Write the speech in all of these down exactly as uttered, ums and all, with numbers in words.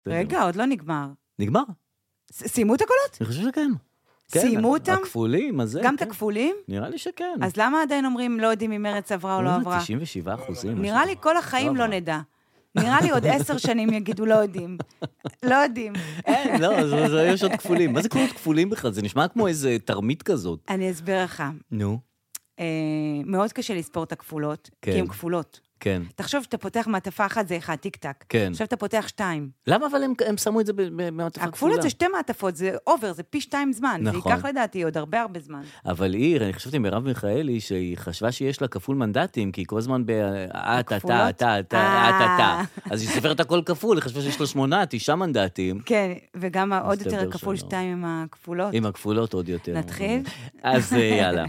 רגע, עוד לא נגמר. נגמר. סיימו את הקולות? אני חושב שכן. סיימו אותם? הכפולים, אז זה. גם את הכפולים? נראה לי שכן. אז למה עדיין אומרים לא יודעים אם מרץ עברה או לא עברה? תשעים ושבעה אחוזים. נראה לי כל החיים לא נדע. נראה לי עוד עשר שנים יגידו לא יודעים. לא יודעים. אין, לא, זה יש עוד כפולים. מה זה קולות כפולים בכלל? זה נשמע כמו איזה תרמית כזאת. אני אסביר לך. נו. מאוד קשה לספור את הכפולות, כי הן כפולות. כן. תחשוב שאתה פותח מעטפה אחת, זה אחד, טיק טק. כן. עכשיו אתה פותח שתיים. למה אבל הם, הם שמו את זה במעטפה כפולה? הכפולות זה שתי מעטפות, זה אובר, זה פי שתיים זמן. נכון. זה ייקח לדעתי עוד הרבה הרבה זמן. אבל עיר, אני חשבתי מרב מיכאלי, שהיא חשבה שיש לה כפול מנדטים, כי היא כל הזמן באת, אתה, אתה, אתה, אתה, אתה. אז היא ספרת הכל כפול, היא חשבה שיש לו שמונה, תשעה מנדטים. כן, וגם עוד יותר כפול שתיים עם הכפולות. עם הכפולות עוד יותר. נתחיל? אז יאללה.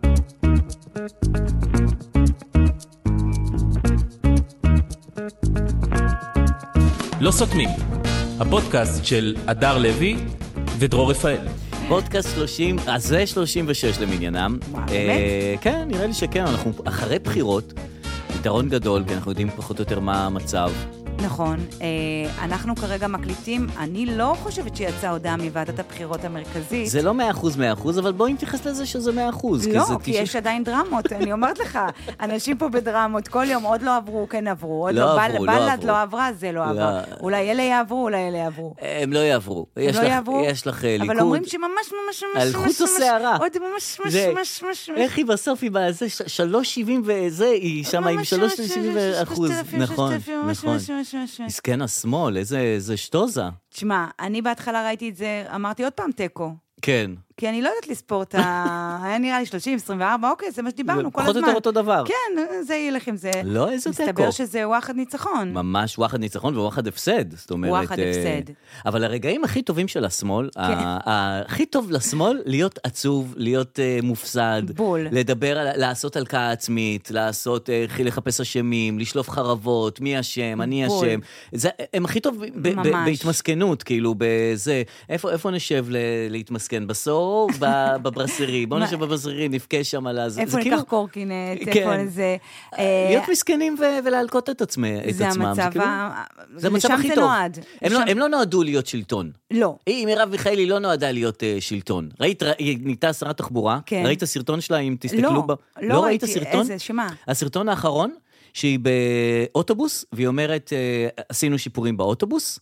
לא סותמים, הפודקאסט של אדר לוי ודרור רפאל. פודקאסט שלושים, אז זה שלושים ושש למניינם. וואו, באמת? כן, נראה לי שכן, אנחנו אחרי בחירות, יתרון גדול, כי אנחנו יודעים פחות או יותר מה המצב. נכון, אנחנו כרגע מקליטים, אני לא חושבת שיצאה הודעה מוועדת הבחירות המרכזית. זה לא מאה אחוז מאה אחוז, אבל בואי נתייחס לזה שזה מאה אחוז. לא, כי יש עדיין דרמות, אני אומרת לך, אנשים פה בדרמות, כל יום עוד לא עברו, כן עברו, עוד לא עברו, בלד לא עברה, זה לא עברה. אולי אלה יעברו, אולי אלה יעברו. הם לא יעברו. הם לא יעברו? יש לך ליכוד. אבל אומרים שממש ממש ממש על חוץ השערה. עוד ממש ממש ממש ממש. איך היא בסוף היא בזה, שלוש שבעים וזה, היא שם עם שלוש שבעים אחוז. נכון, נכון. מסכן השמאל, איזה שטוזה. תשמע, אני בהתחלה ראיתי את זה, אמרתי עוד פעם טקו. כן. כי אני לא יודעת לספור את ה... היה נראה לי שלושים, עשרים וארבע, אוקיי, זה מה שדיברנו כל הזמן. פחות או יותר אותו דבר. כן, זה ילך עם זה. לא, איזה תקו. מסתבר שזה וואחד ניצחון. ממש וואחד ניצחון וואחד הפסד. זאת אומרת... וואחד הפסד. אבל הרגעים הכי טובים של השמאל, הכי טוב לשמאל, להיות עצוב, להיות מופסד. בול. לדבר, לעשות הלקאה עצמית, לעשות, לחפש אשמים, לשלוף חרבות, מי אשם, אני אשם. הם הכי טוב בהתמסכנות, כאילו, בזה. איפה נשב להתמסכן? בסור? בברסרי, בואו נשב בברסרי, נפקה שם על הזה. איפה ניקח קורקינט, איפה לזה. להיות מסכנים ולהלקות את עצמם. זה המצב, זה המצב הכי טוב. נועד. הם לא נועדו להיות שלטון. לא. היא, מרב מיכאלי, לא נועדה להיות שלטון. ראית, היא נהייתה שרת תחבורה? ראית הסרטון שלה, אם תסתכלו בה? לא, לא ראיתי, איזה, שמה? הסרטון האחרון, שהיא באוטובוס, והיא אומרת, עשינו שיפורים באוטובוס,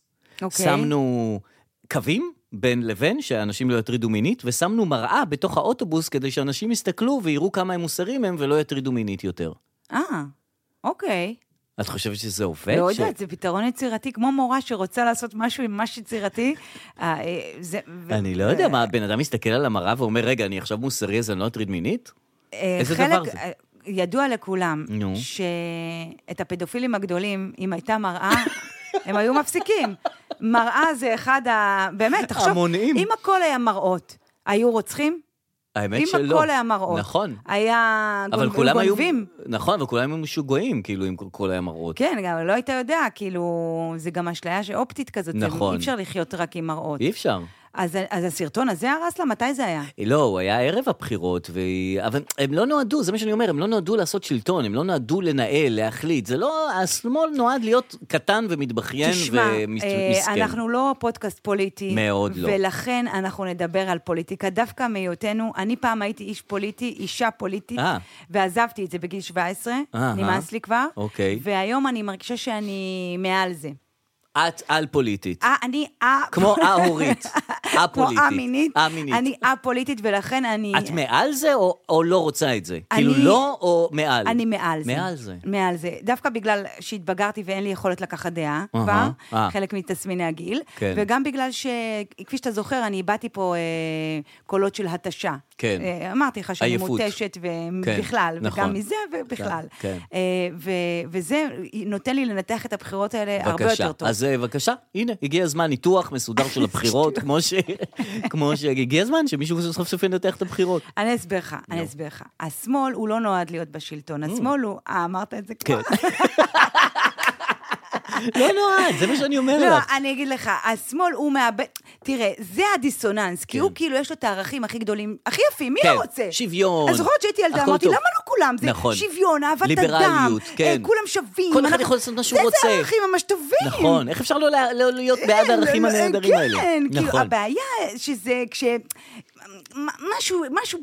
שמנו קווים, בין לבין, שאנשים לא יטרידו מינית, ושמנו מראה בתוך האוטובוס, כדי שאנשים יסתכלו ויראו כמה הם מוסרים הם, ולא יטרידו מינית יותר. אה, אוקיי. את חושבת שזה עובד? לא יודעת, זה פתרון יצירתי, כמו מורה שרוצה לעשות משהו עם משהו יצירתי. אני לא יודע מה, בן אדם מסתכל על המראה ואומר, רגע, אני עכשיו מוסרי, אז אני לא אטריד מינית? איזה דבר זה? ידוע לכולם, שאת הפדופילים הגדולים, אם הייתה מראה, הם היו מפסיקים. מראה זה אחד ה... באמת, תחשוב, המונעים. אם הכל היה מראות, היו רוצחים? האמת שלא. אם הכל היה מראות. נכון. היה גונבים. נכון, וכולם היו משוגעים, כאילו, אם הכל היה מראות. כן, גם לא היית יודע, כאילו, זה גם אשליה שאופטית כזאת. נכון. אי אפשר לחיות רק עם מראות. אי אפשר. אז, אז הסרטון הזה הרס לה, מתי זה היה? לא, הוא היה ערב הבחירות, ו... אבל הם לא נועדו, זה מה שאני אומר, הם לא נועדו לעשות שלטון, הם לא נועדו לנהל, להחליט, זה לא, השמאל נועד להיות קטן ומתבכיין ומסכן. תשמע, אנחנו לא פודקאסט פוליטי, מאוד לא. ולכן אנחנו נדבר על פוליטיקה, דווקא מהיותנו, אני פעם הייתי איש פוליטי, אישה פוליטית, 아. ועזבתי את זה בגיל שבע עשרה, 아, נמאס לי כבר, אוקיי. והיום אני מרגישה שאני מעל זה. את על פוליטית. אני אה... כמו אה-הורית. אה-פוליטית. כמו אה-מינית. אה-מינית. אני אה-פוליטית, ולכן אני... את מעל זה או, או לא רוצה את זה? כאילו לא או מעל? אני מעל זה. מעל זה. מעל זה. דווקא בגלל שהתבגרתי ואין לי יכולת לקחת דעה, כבר, חלק מתסמיני הגיל, וגם בגלל שכפי שאתה זוכר, אני באתי פה קולות של התשה. כן. אמרתי לך שאני מותשת ובכלל, וגם מזה ובכלל. וזה נותן לי לנתח את הבחירות האלה הרבה יותר טוב. אז בבקשה, הנה, הגיע הזמן ניתוח מסודר של הבחירות, כמו ש... כמו שהגיע הזמן שמישהו סוף סוף ינתח את הבחירות. אני אסביר לך, אני אסביר לך. השמאל הוא לא נועד להיות בשלטון, השמאל הוא... אה, אמרת את זה כבר? לא נועד, זה מה שאני אומר לך. לא, אני אגיד לך, השמאל הוא מאבד, תראה, זה הדיסוננס, כי הוא כאילו יש לו את הערכים הכי גדולים, הכי יפים, מי לא רוצה? שוויון. אז זוכרת שהייתי ילדה, אמרתי, למה לא כולם? זה שוויון, אהבת אדם, כולם שווים. כל אחד יכול לעשות מה שהוא רוצה. זה הערכים ממש טובים. נכון, איך אפשר לא להיות בעד הערכים הנהדרים האלה? כן, כאילו, הבעיה שזה כש... משהו, משהו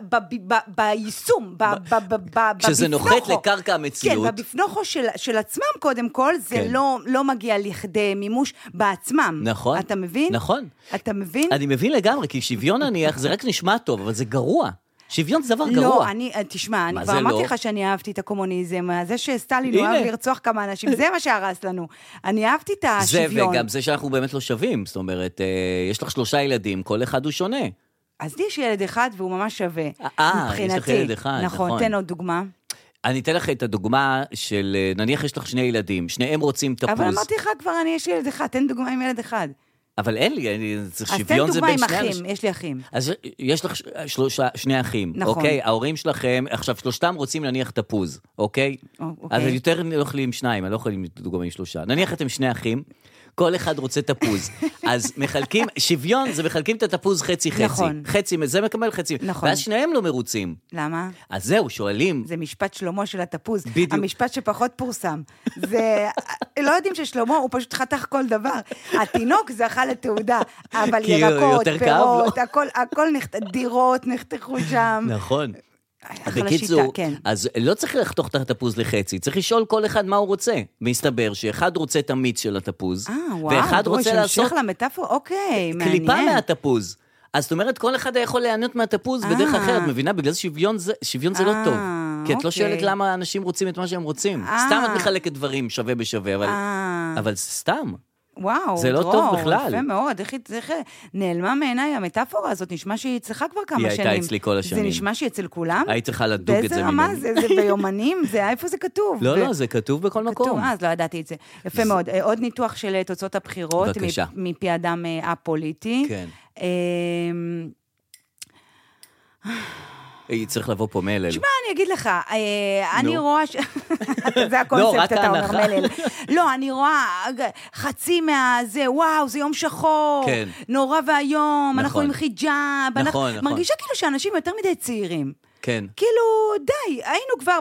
ביישום, כשזה נוחת לקרקע המציאות. כן, בבפנוכו של עצמם קודם כל, זה לא מגיע לכדי מימוש בעצמם. נכון. אתה מבין? נכון. אתה מבין? אני מבין לגמרי, כי שוויון נניח, זה רק נשמע טוב, אבל זה גרוע. שוויון זה דבר גרוע. לא, אני, תשמע, אני כבר אמרתי לך שאני אהבתי את הקומוניזם, זה שסטלין הוא אוהב לרצוח כמה אנשים, זה מה שהרס לנו. אני אהבתי את השוויון. זה, וגם זה שאנחנו באמת לא שווים, זאת אומרת, יש לך שלושה ילדים, כל אחד הוא שונה. אז לי יש ילד אחד והוא ממש שווה. אה, יש לך ילד אחד, נכון. נכון, תן עוד דוגמה. אני אתן לך את הדוגמה של, נניח יש לך שני ילדים, שניהם רוצים תפוז. אבל אמרתי לך כבר, אני יש לי ילד אחד, תן דוגמה עם ילד אחד. אבל אין לי, אני צריך שוויון זה בין שני אנשים. אז תן דוגמה עם אחים, יש לי אחים. אז יש לך שלושה, שני אחים, נכון. אוקיי? ההורים שלכם, עכשיו שלושתם רוצים להניח תפוז, אוקיי? אוקיי. אז יותר לא יכולים שניים, אני לא יכולים דוגמה עם שלושה. נניח אתם שני אחים, כל אחד רוצה תפוז. אז מחלקים, שוויון זה מחלקים את התפוז חצי-חצי. נכון. חצי, זה מקבל חצי. נכון. ואז שניהם לא מרוצים. למה? אז זהו, שואלים. זה משפט שלמה של התפוז. בדיוק. המשפט שפחות פורסם. זה, לא יודעים ששלמה הוא פשוט חתך כל דבר. התינוק זכה לתעודה, אבל ירקות, פירות, הכל, הכל נחת, דירות נחתכו שם. נכון. בקיצור, כן. אז לא צריך לחתוך את התפוז לחצי, צריך לשאול כל אחד מה הוא רוצה. מסתבר שאחד רוצה את המיץ של התפוז, אה, וואו, ואחד רוצה לעשות למטאפורה, אוקיי, קליפה מעניין. מהתפוז. אז זאת אומרת, כל אחד יכול ליהנות מהתפוז אה. בדרך אחרת, מבינה? בגלל שוויון זה, שוויון זה לא טוב. כי את לא שואלת למה אנשים רוצים את מה שהם רוצים. אה. סתם את מחלקת דברים שווה בשווה, אבל, אבל סתם. וואו, זה לא דרור, טוב בכלל. יפה מאוד, איך, איך נעלמה מעיניי המטאפורה הזאת, נשמע שהיא אצלך כבר כמה היא שנים. היא הייתה אצלי כל השנים. זה נשמע שהיא אצל כולם? היית צריכה לדוג את זה ממנו. באיזה רמה זה? זה ביומנים? זה, איפה זה כתוב? לא, ו... לא, זה כתוב בכל כתוב, מקום. אז לא ידעתי את זה. יפה זה... מאוד. עוד ניתוח של תוצאות הבחירות. בבקשה. מפי אדם הפוליטי. כן. היא צריך לבוא פה מלל. שמע, אני אגיד לך, אני רואה ש... זה הקונספט, אתה אומר מלל. לא, אני רואה חצי מהזה, וואו, זה יום שחור, נורא והיום, אנחנו עם חיג'אב, מרגישה כאילו שאנשים יותר מדי צעירים. כן. כאילו, די, היינו כבר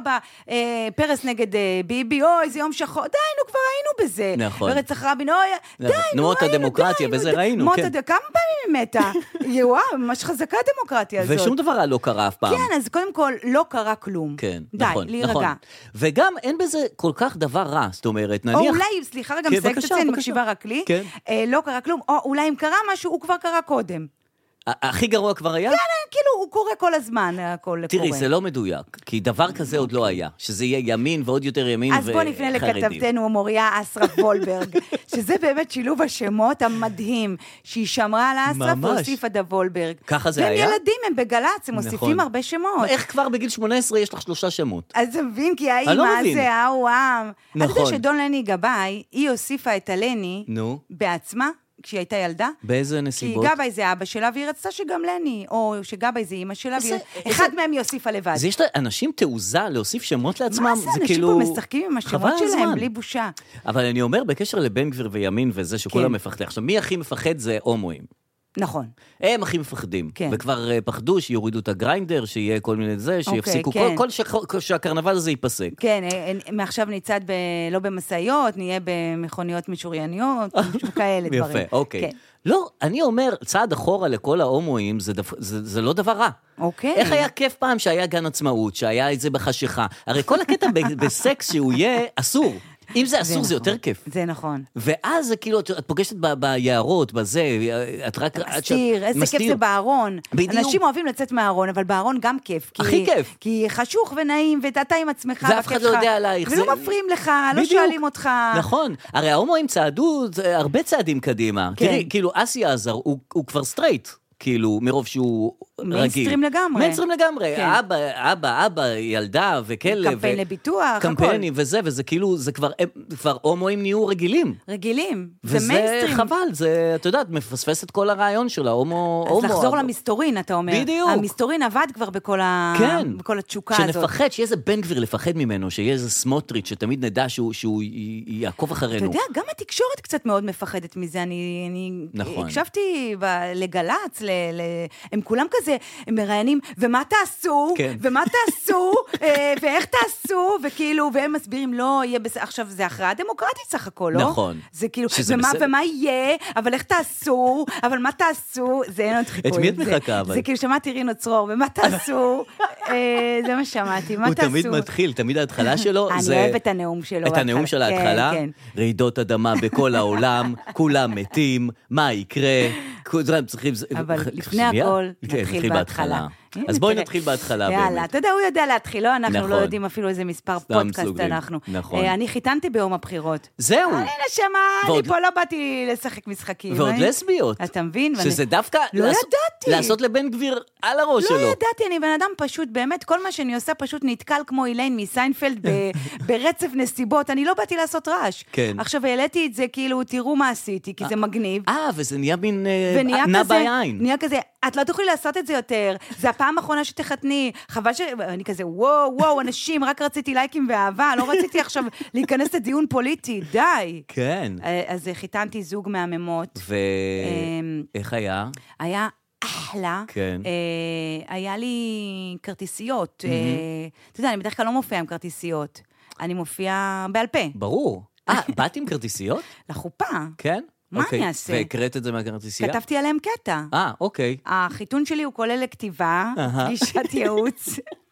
בפרס נגד ביבי, אוי, זה יום שחור, די, היינו כבר היינו בזה. נכון. ברצח רבין, אוי, די, נו, מות הדמוקרטיה, וזה ראינו, כן. כמה פעמים היא מתה? וואו, ממש חזקה הדמוקרטיה הזאת. ושום דבר לא קרה אף פעם. כן, אז קודם כל, לא קרה כלום. כן, די, נכון. להירגע. וגם אין בזה כל כך דבר רע, זאת אומרת, נניח... או אולי, סליחה, גם סייג תצא, אני מקשיבה רק לי, לא קרה כלום, או אולי אם קרה משהו, הוא כבר קרה קודם. הכי גרוע כבר היה? כן, כאילו, הוא קורה כל הזמן, הכל קורה. תראי, זה לא מדויק, כי דבר כזה עוד לא היה, שזה יהיה ימין ועוד יותר ימין וחרדים. אז בוא נפנה לכתבתנו, מוריה אסרף וולברג, שזה באמת שילוב השמות המדהים, שהיא שמרה על האסרף והוסיפה דה וולברג. ככה זה היה? והם ילדים, הם בגלץ, הם מוסיפים הרבה שמות. איך כבר בגיל שמונה עשרה יש לך שלושה שמות? אז זה מבין, כי האמא זה, האו, העם. נכון. אתה יודע שדון לני גבאי, היא הוסיפה את הלני בעצמה, כשהיא הייתה ילדה. באיזה נסיבות? כי גבאי זה אבא שלה, והיא רצתה שגם לני, או שגבאי זה אמא שלה, אחד מהם היא הוסיפה לבד. אז יש לאנשים תעוזה להוסיף שמות לעצמם, מה זה? אנשים פה משחקים עם השמות שלהם, בלי בושה. אבל אני אומר, בקשר לבן גביר וימין וזה שכולם מפחדים. עכשיו, מי הכי מפחד זה הומואים. נכון. הם הכי מפחדים. וכבר פחדו שיורידו את הגריינדר, שיהיה כל מיני זה, שיפסיקו, כל שהקרנבל הזה ייפסק. כן, מעכשיו ניצד לא במסעיות, נהיה במכוניות משורייניות, כאלה דברים. יפה, אוקיי. לא, אני אומר, צעד אחורה לכל ההומואים, זה לא דבר רע. אוקיי. איך היה כיף פעם שהיה גן עצמאות, שהיה את זה בחשיכה? הרי כל הקטע בסקס שהוא יהיה אסור. אם זה אסור, זה יותר כיף. זה נכון. ואז זה כאילו, את פוגשת ביערות, בזה, את רק... מסתיר, איזה כיף זה בארון. אנשים אוהבים לצאת מהארון, אבל בארון גם כיף. הכי כיף. כי חשוך ונעים, ואתה עם עצמך, ואף אחד לא יודע עלייך. ולא מפריעים לך, לא שואלים אותך. נכון. הרי ההומואים צעדו הרבה צעדים קדימה. תראי, כאילו, אסי עזר, הוא כבר סטרייט. כאילו, מרוב שהוא רגיל. מיינסטרים לגמרי. מיינסטרים לגמרי. כן. אבא, אבא, אבא, ילדה וכלב. קמפיין ו... לביטוח, קמפיינים הכל. וזה, וזה כאילו, זה כבר, כבר הומואים נהיו רגילים. רגילים. וזה מיינסטרים. חבל, זה, אתה יודעת, מפספס את כל הרעיון של ההומו... אז הומו, לחזור הומו. למסתורין, אתה אומר. בדיוק. המסתורין עבד כבר בכל, ה... כן. בכל התשוקה שנפחד, הזאת. שנפחד, שיהיה איזה בן גביר לפחד ממנו, שיהיה איזה סמוטריץ', שתמיד נדע שהוא, שהוא י... יעקוב אחרינו. אתה יודע, גם התקשורת קצת מאוד מפחדת מזה. אני, אני נכון. הקשבתי ב... לגלץ, ל... ל... הם כולם כזה, הם מראיינים, ומה תעשו? כן. ומה תעשו? ואיך תעשו? וכאילו, והם מסבירים, לא, יהיה בסדר. עכשיו, זה הכרעה דמוקרטית סך הכל, לא? נכון. זה כאילו, ומה, ומה יהיה? אבל איך תעשו? אבל מה תעשו? זה אין עוד חיפוי. את מי את מחכה, אבל? זה כאילו, שמעתי רינו צרור, ומה תעשו? זה מה שמעתי, מה תעשו? הוא תמיד מתחיל, תמיד ההתחלה שלו, אני אוהב את הנאום שלו. את הנאום של ההתחלה? רעידות אדמה בכל העולם, כולם מתים, מה יקרה? אבל לפני הכל, נתחיל בהתחלה. אז בואי נתחיל בהתחלה. יאללה, אתה יודע, הוא יודע להתחיל, לא, אנחנו לא יודעים אפילו איזה מספר פודקאסט אנחנו. אני חיתנתי ביום הבחירות. זהו. אני נשמה, אני פה לא באתי לשחק משחקים. ועוד לסביות. אתה מבין? שזה דווקא... לא ידעתי. לעשות לבן גביר על הראש שלו. לא ידעתי, אני בן אדם פשוט, באמת, כל מה שאני עושה פשוט נתקל כמו איליין מסיינפלד ברצף נסיבות, אני לא באתי לעשות רעש. כן. עכשיו העליתי את זה, כאילו, תראו מה עשיתי, כי זה מגניב. אה, וזה נהיה מין נע בעין. נהיה כזה, את לא תוכלי לעשות את זה יותר, זה הפעם האחרונה שתחתני, חבל ש... אני כזה, וואו, וואו, אנשים, רק רציתי לייקים ואהבה, לא רציתי עכשיו להיכנס לדיון פוליטי, די. כן. אז חיתנתי זוג מהממות. ואיך היה? היה אחלה. כן. היה לי כרטיסיות. אתה יודע, אני בדרך כלל לא מופיעה עם כרטיסיות. אני מופיעה בעל פה. ברור. אה, באת עם כרטיסיות? לחופה. כן? מה אני אעשה? והקראת את זה מהכרטיסייה? כתבתי עליהם קטע. אה, אוקיי. החיתון שלי הוא כולל לכתיבה, פגישת ייעוץ.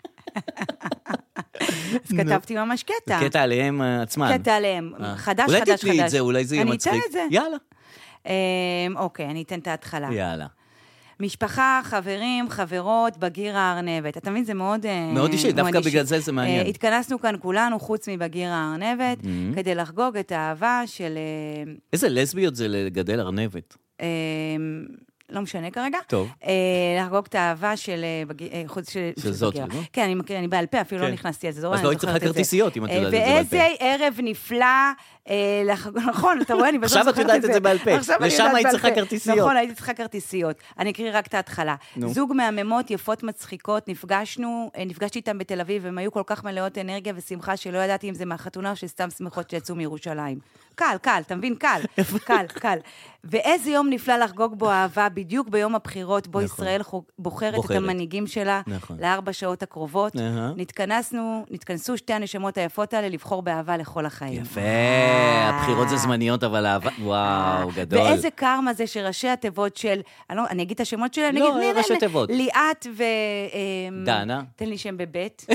אז כתבתי ממש קטע. קטע עליהם עצמן. קטע עליהם. חדש, חדש, חדש, חדש. אולי תתני את זה, אולי זה יהיה מצחיק. אני אתן את זה. יאללה. אוקיי, אני אתן את ההתחלה. יאללה. משפחה, חברים, חברות, בגיר הארנבת. אתה מבין, זה מאוד... מאוד אישי, דווקא בגלל זה זה מעניין. התכנסנו כאן כולנו, חוץ מבגיר הארנבת, כדי לחגוג את האהבה של... איזה לסביות זה לגדל ארנבת? לא משנה כרגע. טוב. לחגוג את האהבה של... חוץ של... של זאת. כן, אני בעל פה, אפילו לא נכנסתי על זה. אז לא היית צריכה כרטיסיות, אם את יודעת את זה בעל פה. ואיזה ערב נפלא... נכון, אתה רואה, אני בסוף עכשיו את יודעת את זה בעל פה. לשם היית צריכה כרטיסיות. נכון, הייתי צריכה כרטיסיות. אני אקריא רק את ההתחלה. זוג מהממות, יפות מצחיקות, נפגשנו, נפגשתי איתם בתל אביב, והם היו כל כך מלאות אנרגיה ושמחה, שלא ידעתי אם זה מהחתונה או שסתם שמחות שיצאו מירושלים. קל, קל, אתה מבין? קל, קל, קל. ואיזה יום נפלא לחגוג בו אהבה, בדיוק ביום הבחירות, בו ישראל בוחרת את המנהיגים שלה לארבע שעות הקרובות. נתכנסנו, נתכנסו שתי הנשמות היפות האלה לבחור באהבה לכל החיים. יפה, הבחירות זה זמניות, אבל אהבה, וואו, גדול. ואיזה קרמה זה שראשי התיבות של, אני אגיד את השמות שלה, לא, ראשי תיבות. ליאת ו... דנה. תן לי שם בבית.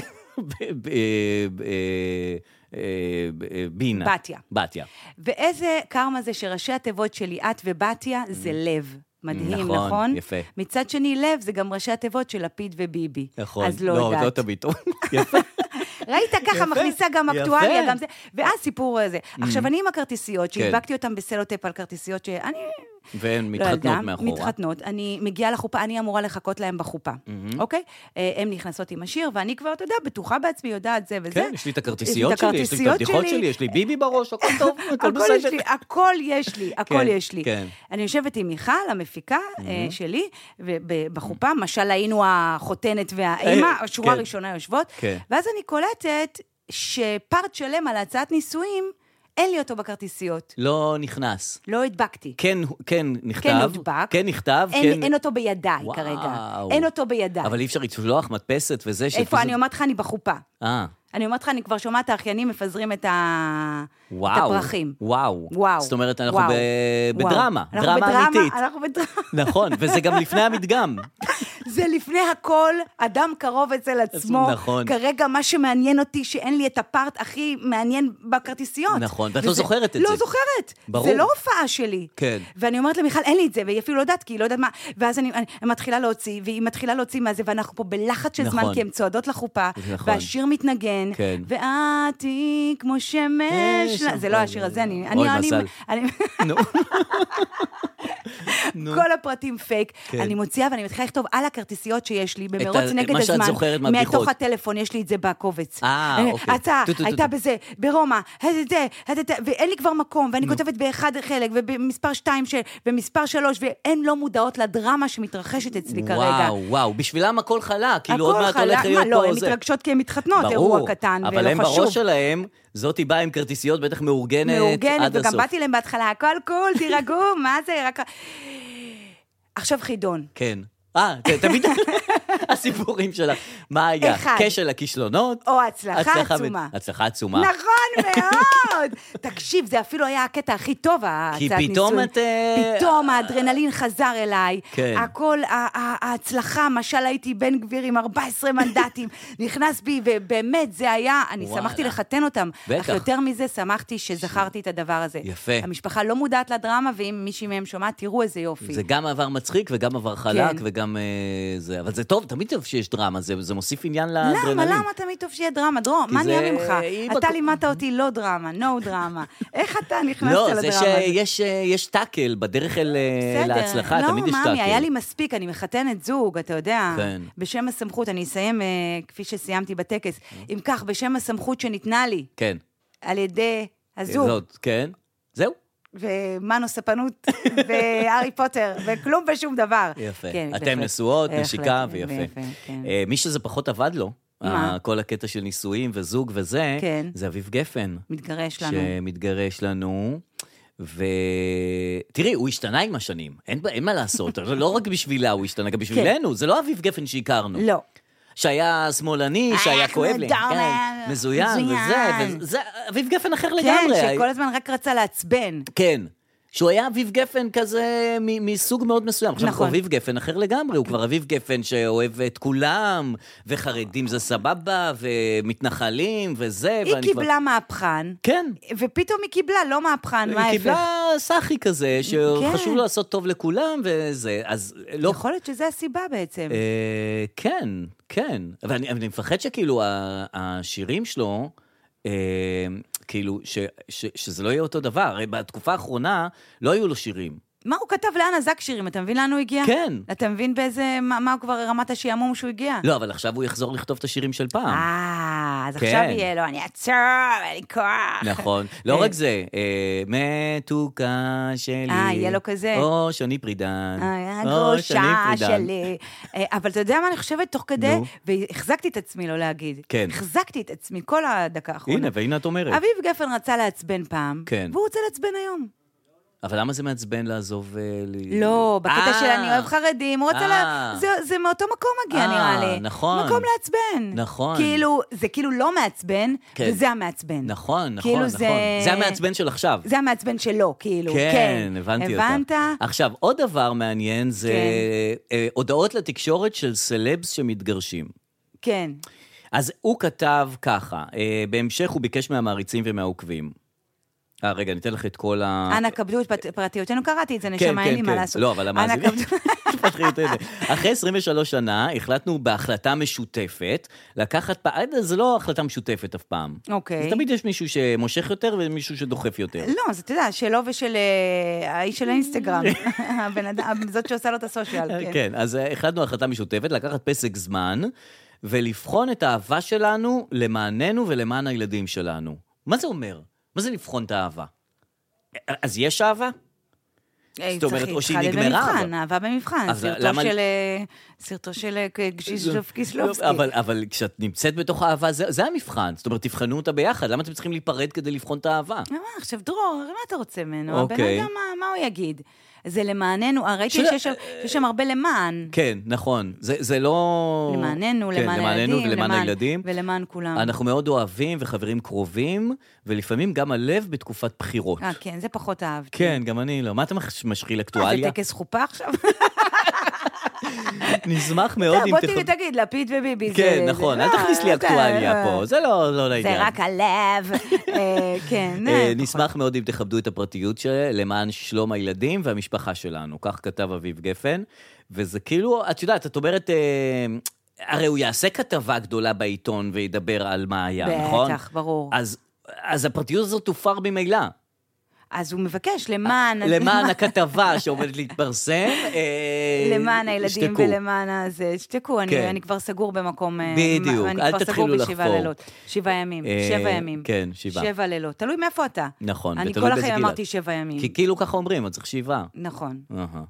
בינה. בתיה. בתיה. ואיזה קרמה זה שראשי התיבות של ליאת ובתיה זה לב. מדהים, נכון? נכון, יפה. מצד שני, לב זה גם ראשי התיבות של לפיד וביבי. נכון. אז לא, לא יודעת. לא תמיד. יפה. ראית ככה, מכניסה גם אקטואליה, גם זה. ואז סיפור הזה. עכשיו, אני עם הכרטיסיות, שהדבקתי אותם בסלוטייפ על כרטיסיות שאני... והן מתחתנות מאחורה. מתחתנות. אני מגיעה לחופה, אני אמורה לחכות להם בחופה. אוקיי? הן נכנסות עם השיר, ואני כבר, אתה יודע, בטוחה בעצמי, יודעת זה וזה. כן, יש לי את הכרטיסיות שלי, יש לי את הבדיחות שלי, יש לי ביבי בראש, הכל טוב, הכל בסדר. הכל יש לי, הכל יש לי. אני יושבת עם מיכל, המפיקה שלי, ובחופה, משל היינו החותנת והאימא, השורה הראשונה יושבות, ואז אני קולטת שפארט שלם על הצעת נישואים, אין לי אותו בכרטיסיות. לא נכנס. לא הדבקתי. כן, כן נכתב. כן נדבק. כן נכתב. אין, כן... אין אותו בידיי וואו. כרגע. אין אותו בידיי. אבל אי אפשר לשלוח מדפסת וזה. איפה שפז... אני אומרת לך, אני בחופה. אה. אני אומרת לך, אני כבר שומעת את האחיינים מפזרים את, ה... וואו, את הפרחים. וואו. וואו. זאת אומרת, אנחנו וואו. ב... וואו. בדרמה. אנחנו דרמה בדרמה, אמיתית. אנחנו בדרמה. נכון, וזה גם לפני המדגם. זה לפני הכל, אדם קרוב אצל עצמו. נכון. כרגע מה שמעניין אותי, שאין לי את הפארט הכי מעניין בכרטיסיות. נכון, ואת לא זוכרת את זה. לא זוכרת. ברור. זה לא הופעה שלי. כן. ואני אומרת למיכל, אין לי את זה, והיא אפילו לא יודעת, כי היא לא יודעת מה, ואז אני, אני, אני מתחילה להוציא, והיא מתחילה להוציא מה זה, ואנחנו פה בלחץ של נכון. זמן, כי הן צועדות לחופה, נכון. והשיר מתנגן, כן. ואת היא כמו שמש, אה, זה לא השיר הזה, אני... אוי, אני, מזל. אני, נו. כל הפרטים פייק, כן. אני מוציאה ואני מתחילה לכתוב על הכרטיסיות שיש לי, במרוץ ה- נגד מה שאת הזמן, זוכרת מהבדיחות. מתוך הטלפון, יש לי את זה בקובץ. אה, אוקיי. הצעה, טו, טו, טו, הייתה טו. בזה, ברומא, זה, זה, זה, ואין לי כבר מקום, ואני כותבת באחד חלק, ובמספר שתיים, ומספר שלוש, והן לא מודעות לדרמה שמתרחשת אצלי כרגע. וואו, וואו, בשבילם הכל חלה, כאילו עוד הכל מעט חלה, הולך להיות מה, לא, פה הן זה. מתרגשות כי הן מתחתנות, אירוע קטן, אבל הם ולא חשוב. בראש שלהם, זאתי באה עם כרטיסיות בטח מאורגנת עד מאורגנת, הסוף. וגם באתי להם בהתחלה, הכל קול, תירגעו, מה זה, רק... עכשיו חידון. כן. אה, תמיד הסיפורים שלה. מה היה? אחד. כשל הכישלונות? או הצלחה הצלחה עצומה. ו- הצלחה עצומה. נכון מאוד. תקשיב, זה אפילו היה הקטע הכי טוב, כי ההצעת פתאום ניסוי. את, אה, פתאום האדרנלין חזר אליי. כן. הכל, ה- ה- ההצלחה, משל הייתי בן גביר עם ארבעה עשר מנדטים, נכנס בי, ובאמת זה היה, אני וואלה. שמחתי לחתן אותם. בטח. אך יותר מזה, שמחתי שזכרתי את הדבר הזה. יפה. המשפחה לא מודעת לדרמה, ואם מישהי מהם שומעת, תראו איזה יופי. זה גם עבר מצחיק וגם עבר חלק כן. וגם אה, זה, אבל זה טוב, תמיד טוב שיש דרמה, זה, זה מוסיף עניין למה? לאדרנלין. למה תמיד טוב שיהיה דרמה? דרום, כי מה זה- נהיה ממך? היא אתה בק- לימדת אותי לא דרמה, no דרמה. איך אתה נכנסת לא, לדרמה? זה הזאת? שיש יש טאקל בדרך אל אה, בסדר. להצלחה, לא, תמיד יש טאקל. מאמי, היה לי מספיק, אני מחתנת זוג, אתה יודע. כן. בשם הסמכות, אני אסיים אה, כפי שסיימתי בטקס. אם כך, בשם הסמכות שניתנה לי, כן. על ידי הזוג, זאת, כן. זהו. ומנו ספנות, והארי פוטר, וכלום ושום דבר. יפה. כן, אתם בהחלט. נשואות, בהחלט, נשיקה ויפה. ויפה, כן. אה, מי שזה פחות עבד לו, מה? אה, כל הקטע של נישואים וזוג וזה, כן. זה אביב גפן. מתגרש לנו. שמתגרש לנו. ותראי, הוא השתנה עם השנים, אין, אין מה לעשות, לא רק בשבילה הוא השתנה, גם בשבילנו, זה לא אביב גפן שהכרנו. לא. שהיה שמאלני, שהיה אנחנו כואב לי, דורמן, כן, מזוין מזוין. וזה, וזה אביב גפן אחר כן, לגמרי. שכל הזמן רק רצה לעצבן. כן, שהוא היה אביב גפן כזה מ- מסוג מאוד מסוים. עכשיו, נכון. הוא אביב גפן אחר לגמרי, הוא כבר אביב גפן שאוהב את כולם, וחרדים זה סבבה, ומתנחלים וזה. היא ואני קיבלה כבר... מהפכן. כן. ופתאום היא קיבלה, לא מהפכן, מה היא ההפך? קיבלה סחי כזה, שחשוב כן. לו לעשות טוב לכולם, וזה, אז לא... יכול להיות שזה הסיבה בעצם. אה, כן, כן. אבל אני, אני מפחד שכאילו ה- השירים שלו, אה, כאילו, ש, ש, שזה לא יהיה אותו דבר. הרי בתקופה האחרונה לא היו לו שירים. מה הוא כתב לאן הזק שירים? אתה מבין לאן הוא הגיע? כן. אתה מבין באיזה, מה, מה הוא כבר רמת השעמום שהוא הגיע? לא, אבל עכשיו הוא יחזור לכתוב את השירים של פעם. אה, אז כן. עכשיו יהיה לו, אני אעצור, אין לי כוח. נכון. לא רק זה, אה, מתוקה שלי. אה, יהיה לו כזה. או שני פרידן. אה, או הגרושה שני פרידן. שלי. אה, אבל אתה יודע מה אני חושבת תוך כדי? נו. והחזקתי את עצמי לא להגיד. כן. החזקתי את עצמי כל הדקה האחרונה. הנה, והנה את אומרת. אביב גפן רצה לעצבן פעם, כן. והוא רוצה לעצבן היום. אבל למה זה מעצבן לעזוב אה, לי? לא, בקטע אה, של אני אוהב חרדים, הוא רוצה ל... אה. זה, זה מאותו מקום מגיע, אה, נראה לי. נכון. מקום לעצבן. נכון. כאילו, זה כאילו לא מעצבן, כן. וזה המעצבן. נכון, נכון, כאילו נכון. זה... זה המעצבן של עכשיו. זה המעצבן שלו, כאילו. כן, כן. הבנתי אותה. הבנת? עכשיו, עוד דבר מעניין זה כן. אה, הודעות לתקשורת של סלבס שמתגרשים. כן. אז הוא כתב ככה, אה, בהמשך הוא ביקש מהמעריצים ומהעוקבים. אה, רגע, ניתן לך את כל ה... אנא, כבדו את פרט- פרטיותינו, קראתי את זה, כן, נשמה, אין לי כן, מה כן. לעשות. לא, אבל אנא, המאזינים... כבדו- פתחי את זה. אחרי עשרים ושלוש שנה, החלטנו בהחלטה משותפת, לקחת פעם, זה לא החלטה משותפת אף פעם. אוקיי. אז תמיד יש מישהו שמושך יותר ומישהו שדוחף יותר. לא, אז אתה יודע, שלו ושל אה, האיש של האינסטגרם. הבן אדם, זאת שעושה לו את הסושיאל, כן. כן, אז החלטנו החלטה משותפת, לקחת פסק זמן, ולבחון את האהבה שלנו למעננו ולמען הילדים שלנו. מה זה אומר? מה זה לבחון את האהבה? אז יש אהבה? זאת אומרת, או שהיא נגמרה, במבחן, אבל- אהבה במבחן, אז סרטו למה- של... אה, סרטו של אה, גז'יז'וב קיסלובסקי. אבל, אבל כשאת נמצאת בתוך האהבה, זה, זה המבחן. זאת אומרת, תבחנו אותה ביחד. למה אתם צריכים להיפרד כדי לבחון את האהבה? מה, עכשיו, דרור, מה אתה רוצה ממנו? הבן אוקיי. אדם, מה- מה הוא יגיד? זה למעננו, אה, ראיתי של- שיש שם- שיש שם הרבה למען. כן, נכון. זה, זה לא... למעננו, כן, למען למעננו הילדים, ולמען למען- הילדים. ולמען כולם. אנחנו מאוד אוהבים וחברים קרובים, ולפעמים גם הלב בתקופת בחירות. אה, כן, זה פחות אהבתי. כן, גם אני לא. מה אתה מש- משחיל מה, אקטואליה? זה טקס חופה עכשיו? נשמח מאוד אם... בוא תגיד, לפיד וביבי. כן, נכון, אל תכניס לי אקטואליה פה, זה לא לעניין. זה רק הלב, כן. נשמח מאוד אם תכבדו את הפרטיות שלה, למען שלום הילדים והמשפחה שלנו, כך כתב אביב גפן, וזה כאילו, את יודעת, את אומרת... הרי הוא יעשה כתבה גדולה בעיתון וידבר על מה היה, נכון? בטח, ברור. אז, אז הפרטיות הזאת תופר במילא. אז הוא מבקש למען... למען הכתבה שעומדת להתפרסם, למען הילדים ולמען הזה, שתקו, אני כבר סגור במקום... בדיוק, אל תתחילו לחפור. שבעה ימים, שבע ימים. כן, שבעה. שבע לילות, תלוי מאיפה אתה. נכון. אני כל החיים אמרתי שבע ימים. כי כאילו ככה אומרים, אז צריך שבעה. נכון.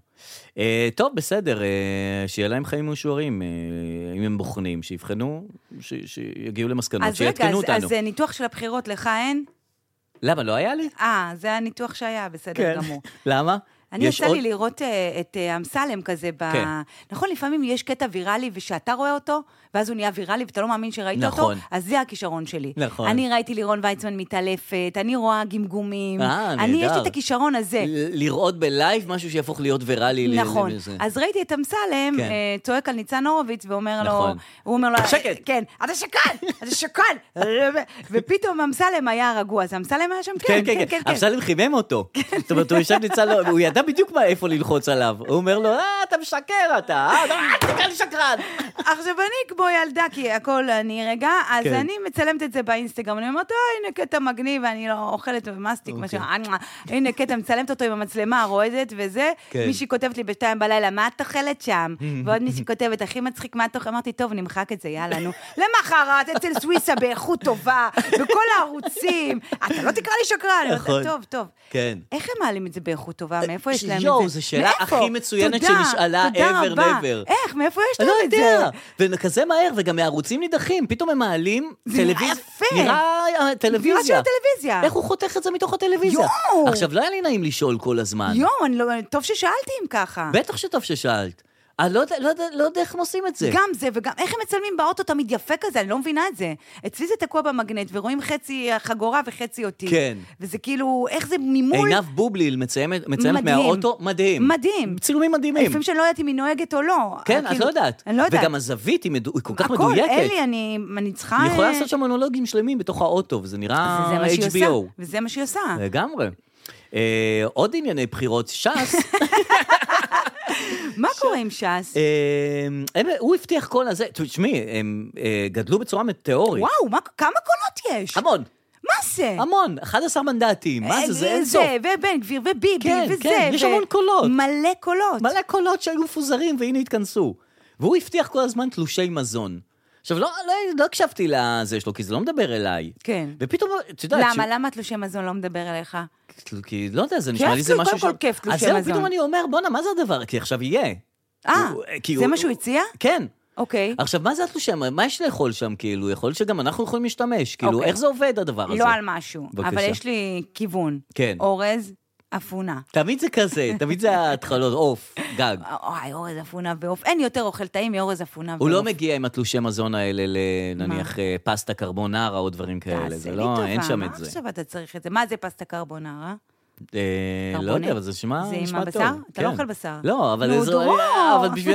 טוב, בסדר, שיהיה להם חיים משוערים, אם הם בוחנים, שיבחנו, שיגיעו למסקנות, שיעדכנו אותנו. אז ניתוח של הבחירות לך אין? למה, לא היה לי? אה, זה הניתוח שהיה, בסדר גמור. למה? אני יצא לי לראות את אמסלם כזה, נכון, לפעמים יש קטע ויראלי, ושאתה רואה אותו, ואז הוא נהיה ויראלי, ואתה לא מאמין שראית אותו, אז זה הכישרון שלי. אני ראיתי לירון ויצמן מתעלפת, אני רואה גמגומים, אני יש לי את הכישרון הזה. לראות בלייב משהו שיהפוך להיות ויראלי. נכון, אז ראיתי את אמסלם, צועק על ניצן הורוביץ, ואומר לו, הוא אומר לו, שקט. כן, אתה שקל, אתה שקל, ופתאום אמסלם היה רגוע, אז אמסלם היה שם, כן, כן, כן. אמסלם חימם אותו. זאת אומרת, הוא ישב ניצן, הוא ידע בדיוק מה, איפה ללחוץ עליו. הוא אומר לו, אה, אתה משקר, אתה, אה, תקרא לי שקרן. עכשיו, אני כמו ילדה, כי הכל אני רגע, אז אני מצלמת את זה באינסטגרם, אני אומרת, הנה קטע מגניב, ואני לא אוכלת ומסטיק, הנה קטע, מצלמת אותו עם המצלמה, רועדת וזה, מישהי כותבת לי בשתיים בלילה, מה את אוכלת שם? ועוד מישהי כותבת, הכי מצחיק, מה את אוכלת? אמרתי, טוב, נמחק את זה, יאללה, נו. למחרת, אצל סוויסה באיכות טובה, בכל הערוצים, אתה לא תקרא לי שקרן. טוב, טוב. איך הם מעלים את זה באיכות טובה? מאיפה יש להם את זה? יואו, זו שאלה הכי מצוינת שנשאלה ever never. איך? מאיפה יש להם את זה? וכזה מהר, וגם מהערוצים נידחים, פתאום הם מעלים טלוויזיה. נראה טלוויזיה. נראה של הטלוויזיה. איך הוא חותך את זה מתוך הטלוויזיה? יואו. עכשיו, לא היה לי נעים לשאול כל הזמן. יואו, טוב ששאלתי אם ככה. בטח שטוב ששאלת. אני לא יודע, לא יודע, לא יודע איך הם עושים את זה. גם זה, וגם איך הם מצלמים באוטו תמיד יפה כזה, אני לא מבינה את זה. אצלי זה תקוע במגנט, ורואים חצי חגורה וחצי אותי. כן. וזה כאילו, איך זה ממול... עינב בובליל מציימת, מציימת מהאוטו, מדהים. מדהים. צילומים מדהימים. לפעמים שאני לא יודעת אם היא נוהגת או לא. כן, את לא יודעת. אני לא יודעת. וגם הזווית היא כל כך מדויקת. הכל, אלי, אני צריכה... היא יכולה לעשות שם מונולוגים שלמים בתוך האוטו, וזה נראה אייץ' בי או. וזה מה שהיא עושה. לגמרי. עוד ענייני בחירות, ש"ס. מה קורה עם ש"ס? הוא הבטיח כל הזה, תשמעי, הם גדלו בצורה מטאורית. וואו, כמה קולות יש? המון. מה זה? המון, אחד עשר מנדטים, מה זה, זה אין סוף. זה, ובן גביר, וביבי, וזה. כן, יש המון קולות. מלא קולות. מלא קולות שהיו מפוזרים, והנה התכנסו. והוא הבטיח כל הזמן תלושי מזון. עכשיו, לא, לא, לא הקשבתי לזה שלו, כי זה לא מדבר אליי. כן. ופתאום, את יודעת... למה? ש... למה תלושי מזון לא מדבר אליך? כי, לא יודע, זה נשמע לי זה משהו ש... כיף, כיף, תלושי מזון. אז זהו, פתאום אני אומר, בוא'נה, מה זה הדבר? כי עכשיו יהיה. אה, זה מה שהוא הציע? כן. אוקיי. עכשיו, מה זה התלושי? מה יש לאכול שם, כאילו? יכול שגם אנחנו יכולים להשתמש, כאילו, איך זה עובד הדבר הזה? לא על משהו, אבל יש לי כיוון. כן. אורז, אפונה. תמיד זה כזה, תמיד זה ההתחלות, אוף, גג. אוי, אורז, אפונה ואוף. אין יותר אוכל טעים מאורז, אפונה ואוף. הוא לא מגיע עם התלושי מזון האלה לנניח פסטה קרבונרה או דברים כאלה. זה לא, אין שם את זה. מה עכשיו אתה צריך את זה? מה זה פסטה קרבונרה? לא יודע, אבל זה נשמע טוב. זה עם הבשר? אתה לא אוכל בשר. לא, אבל בשביל...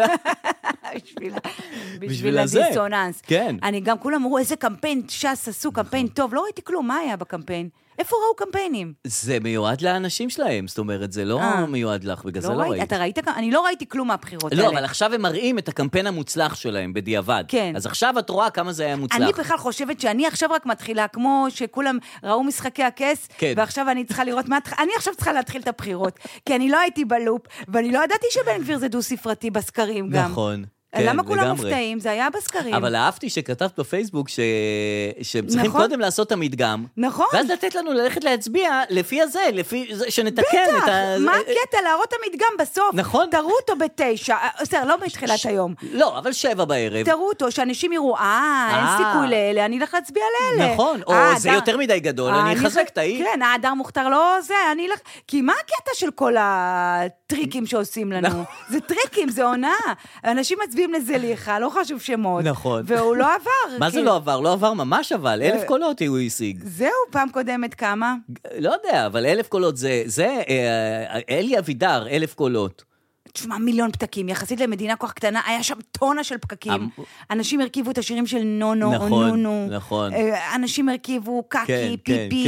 בשביל הדיסוננס. כן. אני גם כולם אמרו, איזה קמפיין ש"ס עשו, קמפיין טוב. לא ראיתי כלום, מה היה בקמפיין? איפה ראו קמפיינים? זה מיועד לאנשים שלהם, זאת אומרת, זה לא מיועד לך, בגלל זה לא ראיתי. אתה ראית? אני לא ראיתי כלום מהבחירות האלה. לא, אבל עכשיו הם מראים את הקמפיין המוצלח שלהם, בדיעבד. כן. אז עכשיו את רואה כמה זה היה מוצלח. אני בכלל חושבת שאני עכשיו רק מתחילה, כמו שכולם ראו משחקי הכס, ועכשיו אני צריכה לראות מה... אני עכשיו צריכה להתחיל את הבחירות, כי אני לא הייתי בלופ, ואני לא ידעתי שבן גביר זה דו-ספרתי בסקרים גם. נכון. למה כולם מופתעים? זה היה בסקרים. אבל אהבתי שכתבת בפייסבוק שהם צריכים קודם לעשות את המדגם. נכון. ואז לתת לנו ללכת להצביע לפי הזה, לפי שנתקן את ה... בטח, מה הקטע? להראות את המדגם בסוף. נכון. תראו אותו בתשע, בסדר, לא בתחילת היום. לא, אבל שבע בערב. תראו אותו, שאנשים יראו, אה, אין סיכוי לאלה, אני אלך להצביע לאלה. נכון, או זה יותר מדי גדול, אני אחזק את העיר. כן, האדר מוכתר לא זה, אני אלך... כי מה הקטע של כל הטריקים שעושים לנו? זה טריקים, זה עונה. אנשים מצביעים לזליחה, לא חשוב שמות. נכון. והוא לא עבר. מה זה לא עבר? לא עבר ממש אבל, אלף קולות הוא השיג. זהו, פעם קודמת כמה? לא יודע, אבל אלף קולות זה, זה, אלי אבידר, אלף קולות. תשמע, מיליון פתקים, יחסית למדינה כל כך קטנה, היה שם טונה של פקקים. אנשים הרכיבו את השירים של נונו או נונו. נכון. אנשים הרכיבו קקי, פיפי.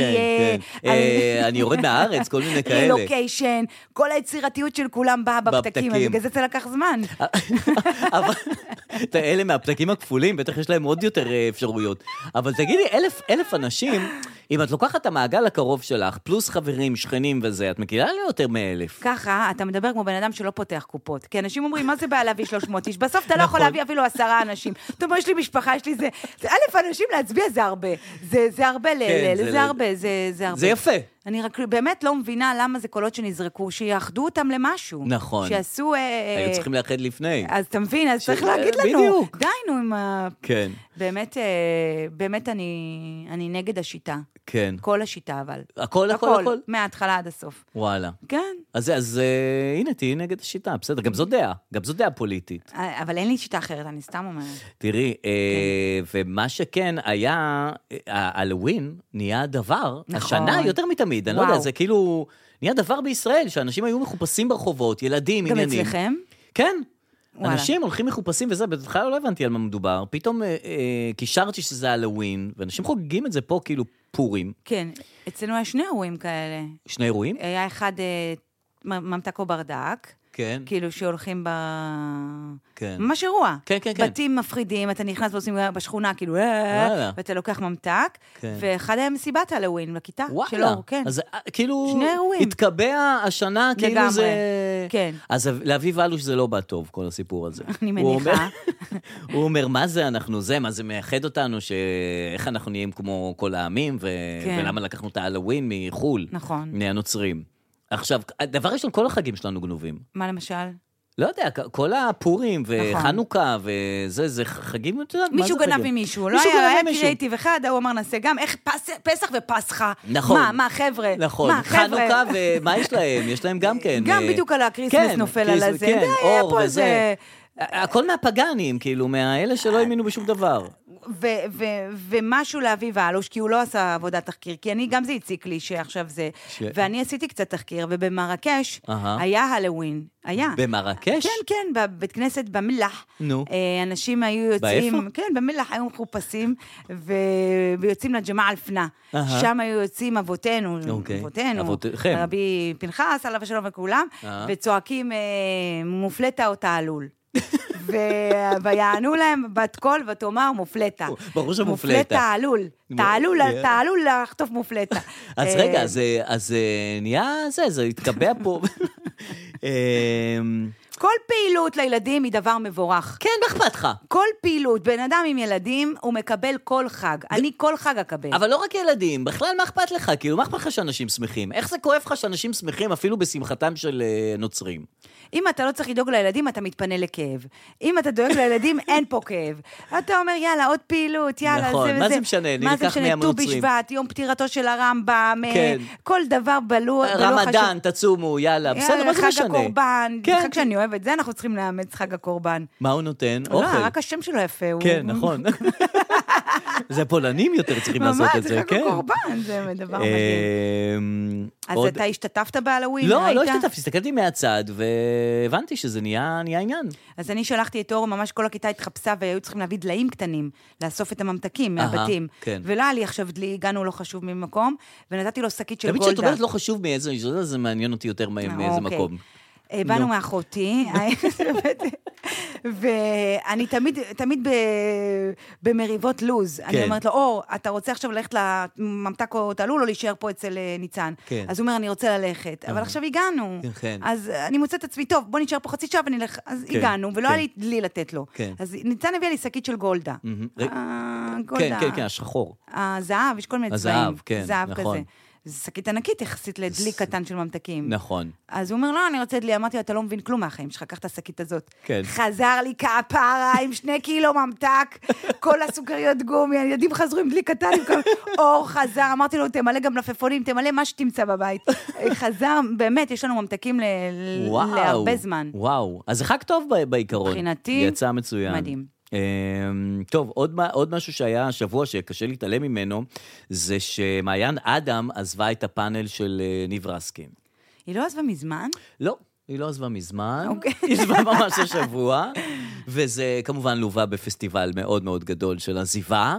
אני יורד מהארץ, כל מיני כאלה. לוקיישן, כל היצירתיות של כולם באה בפתקים, אז בגלל זה זה לקח זמן. אבל אלה מהפתקים הכפולים, בטח יש להם עוד יותר אפשרויות. אבל תגידי, אלף, אלף אנשים, אם את לוקחת את המעגל הקרוב שלך, פלוס חברים, שכנים וזה, את מכירה לי יותר מאלף. ככה, אתה מדבר כמו בן אדם שלא פותח קופות. כי אנשים אומרים, מה זה בעיה להביא שלוש מאות איש? בסוף אתה לא יכול להביא אפילו עשרה אנשים. אתה אומר, יש לי משפחה, יש לי זה. אלף אנשים להצביע זה הרבה. זה הרבה, זה הרבה, זה הרבה. זה יפה. אני רק באמת לא מבינה למה זה קולות שנזרקו, שיאחדו אותם למשהו. נכון. שיעשו... היו צריכים לאחד לפני. אז אתה מבין, אז צריך להגיד לנו. דיינו עם ה... כן. באמת, באמת אני נגד השיטה. כן. כל השיטה, אבל. הכל, הכל, הכל? מההתחלה עד הסוף. וואלה. כן. אז, אז הנה, תהי נגד השיטה, בסדר, גם זו דעה, גם זו דעה פוליטית. אבל אין לי שיטה אחרת, אני סתם אומרת. תראי, ומה שכן היה, הלווין נהיה דבר, השנה יותר מתמיד, אני לא יודע, זה כאילו, נהיה דבר בישראל, שאנשים היו מחופשים ברחובות, ילדים, עניינים. גם אצלכם? כן. אנשים הולכים מחופשים וזה, בכלל לא הבנתי על מה מדובר, פתאום קישרתי שזה הלווין, ואנשים חוגגים את זה פה כאילו פורים. כן, אצלנו היה שני אירועים כאלה. שני אירועים? היה אחד ממתק או ברדק, כן. כאילו שהולכים ב... כן. ממש אירוע. כן, כן, כן. בתים מפרידים, אתה נכנס ועושים בשכונה, כאילו, ואתה לוקח ממתק, כן. ואחד היה מסיבת הלווין לכיתה. וואלה. שלו, כן. אז כאילו... שני אירועים. התקבע השנה, כאילו לגמרי. זה... כן. אז לאביב אלוש זה לא בא טוב, כל הסיפור הזה. אני מניחה. הוא אומר, מה זה אנחנו זה? מה זה מייחד אותנו? שאיך אנחנו נהיים כמו כל העמים, ו... כן. ולמה לקחנו את הלווין מחול? נכון. מהנוצרים. עכשיו, הדבר ראשון, כל החגים שלנו גנובים. מה למשל? לא יודע, כל הפורים וחנוכה וזה, זה חגים, אתה יודע, מה זה חגים? מישהו גנב ממישהו, לא היה קריאיטיב אחד, הוא אמר נעשה גם, איך פסח ופסחה? נכון. מה, מה, חבר'ה? נכון, חנוכה ומה יש להם? יש להם גם כן. גם בדיוק על הקריסמס נופל על הזה. כן, אור וזה. הכל מהפגנים, כאילו, מהאלה שלא האמינו בשום דבר. ומשהו לאביב אלוש, כי הוא לא עשה עבודת תחקיר, כי אני, גם זה הציק לי שעכשיו זה, ואני עשיתי קצת תחקיר, ובמרקש היה הלווין, היה. במרקש? כן, כן, בבית כנסת במלח. נו. אנשים היו יוצאים, באיפה? כן, במלח היו מחופשים, ויוצאים לג'מעה אלפנה. שם היו יוצאים אבותינו, אבותינו, רבי פנחס, עליו השלום וכולם, וצועקים מופלטה או תעלול. ויענו להם בת קול ותאמר מופלטה. ברור שמופלטה. מופלטה, תעלול. תעלול, תעלול לחטוף מופלטה. אז רגע, אז נהיה זה, זה התקבע פה. כל פעילות לילדים היא דבר מבורך. כן, מה אכפת לך? כל פעילות, בן אדם עם ילדים, הוא מקבל כל חג. אני כל חג אקבל. אבל לא רק ילדים, בכלל מה אכפת לך? כאילו, מה אכפת לך שאנשים שמחים? איך זה כואב לך שאנשים שמחים אפילו בשמחתם של נוצרים? אם אתה לא צריך לדאוג לילדים, אתה מתפנה לכאב. אם אתה דואג לילדים, אין פה כאב. אתה אומר, יאללה, עוד פעילות, יאללה, זה וזה. נכון, מה זה משנה? מה זה משנה? ט"ו בשבט, יום פטירתו של הרמב"ם, כל דבר בלוח חשוב. רמדאן, תצומו, יאללה, בסדר, מה זה משנה? חג הקורבן, חג שאני אוהבת, זה אנחנו צריכים לאמץ חג הקורבן. מה הוא נותן? לא, רק השם שלו יפה. כן, נכון. זה פולנים יותר צריכים לעשות את זה, כן? ממש, חג הקורבן, זה דבר מדהים. אז אתה השתתפת בהלווין? לא, לא השתתפתי, הסתכלתי מהצד, והבנתי שזה נהיה עניין. אז אני שלחתי את אור, ממש כל הכיתה התחפשה, והיו צריכים להביא דליים קטנים, לאסוף את הממתקים מהבתים. ולא היה לי עכשיו דלי, הגענו לא חשוב ממקום, ונתתי לו שקית של גולדה. תמיד שאת אומרת לא חשוב מאיזה, זה מעניין אותי יותר מאיזה מקום. באנו מאחותי, ואני תמיד, תמיד במריבות לוז, אני אומרת לו, אור, אתה רוצה עכשיו ללכת לממתק או תעלול, או להישאר פה אצל ניצן? אז הוא אומר, אני רוצה ללכת, אבל עכשיו הגענו, אז אני מוצאת עצמי, טוב, בוא נשאר פה חצי שעה ונלך, אז הגענו, ולא היה לי לתת לו. אז ניצן הביא לי שקית של גולדה. כן, כן, כן, השחור. הזהב, יש כל מיני צבעים. הזהב, כן, נכון. זה שקית ענקית יחסית לדלי קטן של ממתקים. נכון. אז הוא אומר, לא, אני רוצה דלי, אמרתי, אתה לא מבין כלום מהחיים שלך, קח את השקית הזאת. כן. חזר לי כפרה עם שני קילו ממתק, כל הסוכריות גומי, הילדים חזרו עם דלי קטן, אור חזר, אמרתי לו, תמלא גם לפפונים, תמלא מה שתמצא בבית. חזר, באמת, יש לנו ממתקים להרבה זמן. וואו, אז זה חג טוב בעיקרון. מבחינתי, יצא מצוין. מדהים. טוב, עוד, עוד משהו שהיה השבוע שקשה להתעלם ממנו, זה שמעיין אדם עזבה את הפאנל של ניב רסקין. היא לא עזבה מזמן? לא. היא לא עזבה מזמן, היא עזבה ממש השבוע, וזה כמובן לובה בפסטיבל מאוד מאוד גדול של עזיבה,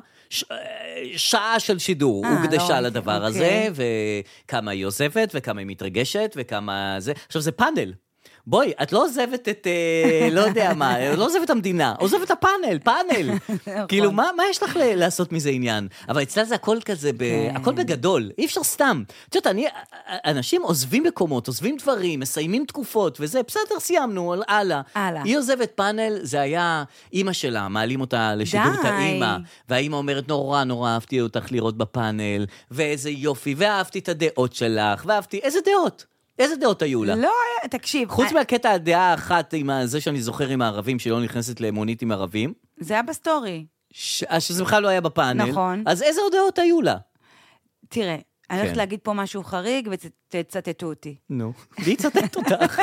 שעה של שידור, הוקדשה לדבר הזה, וכמה היא עוזבת, וכמה היא מתרגשת, וכמה זה, עכשיו זה פאנל. בואי, את לא עוזבת את, לא יודע מה, לא עוזבת את המדינה, עוזבת את הפאנל, פאנל. כאילו, מה יש לך לעשות מזה עניין? אבל אצלה זה הכל כזה, הכל בגדול, אי אפשר סתם. את יודעת, אנשים עוזבים מקומות, עוזבים דברים, מסיימים תקופות, וזה, בסדר, סיימנו, הלאה. היא עוזבת פאנל, זה היה אימא שלה, מעלים אותה לשידור את האימא, והאימא אומרת, נורא נורא אהבתי אותך לראות בפאנל, ואיזה יופי, ואהבתי את הדעות שלך, ואהבתי, איזה דעות? איזה דעות היו לה? לא, תקשיב. חוץ מהקטע הדעה האחת עם זה שאני זוכר עם הערבים, שלא נכנסת למונית עם ערבים. זה היה בסטורי. שזה בכלל לא היה בפאנל. נכון. אז איזה דעות היו לה? תראה, אני הולכת להגיד פה משהו חריג, ותצטטו אותי. נו, מי יצטט אותך?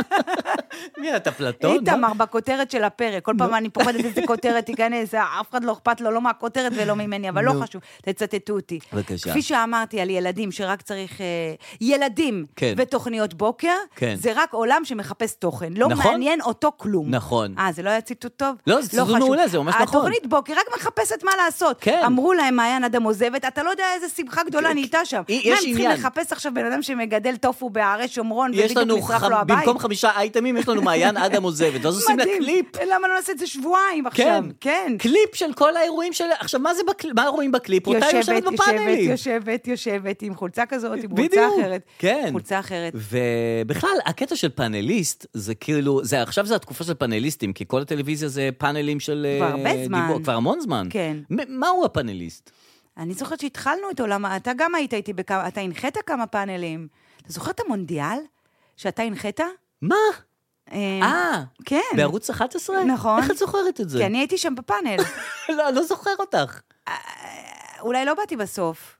מי אתה פלטון? איתמר בכותרת של הפרק, כל פעם אני פוחדת איזה כותרת תיכנס, אף אחד לא אכפת לו, לא מהכותרת ולא ממני, אבל לא חשוב, תצטטו אותי. בבקשה. כפי שאמרתי על ילדים, שרק צריך ילדים ותוכניות בוקר, זה רק עולם שמחפש תוכן, לא מעניין אותו כלום. נכון. אה, זה לא היה ציטוט טוב? לא, זה ציטוט מעולה, זה ממש נכון. התוכנית בוקר רק מחפשת מה לעשות. אמרו להם, מעיין אדם עוזבת, אתה לא יודע איזה שמחה גדולה נהייתה שם. מה הם צריכים לחפש עכשיו בן אדם שמגדל טופו בערי שומרון, ובדיוק נשרף לו הבית? במקום חמישה אייטמים, יש לנו מעיין אדם עוזבת, ואז עושים לה קליפ. למה לא נעשה את זה שבועיים עכשיו? כן. קליפ של כל האירועים של... עכשיו, מה רואים בקליפ? אותה יושבת בפאנלים. יושבת, יושבת, עם חולצה כזאת, עם חולצה אחרת. כן. חולצה אחרת. ובכלל, הקטע של פאנליסט, זה כאילו, עכשיו זה התקופה של פאנליסטים, כי כל הטלוויזיה זה פאנלים של... כבר הרבה זמן. כבר המון זמן. כן. מהו הפאנליסט? אני זוכרת שהתחלנו את עולם, אתה גם היית איתי בכמה, אתה הנחית כמה פאנלים. אתה זוכר את המונדיאל? שאתה הנחית? מה? אה, כן. בערוץ אחת עשרה? נכון. איך את זוכרת את זה? כי אני הייתי שם בפאנל. לא, אני לא זוכר אותך. אולי לא באתי בסוף.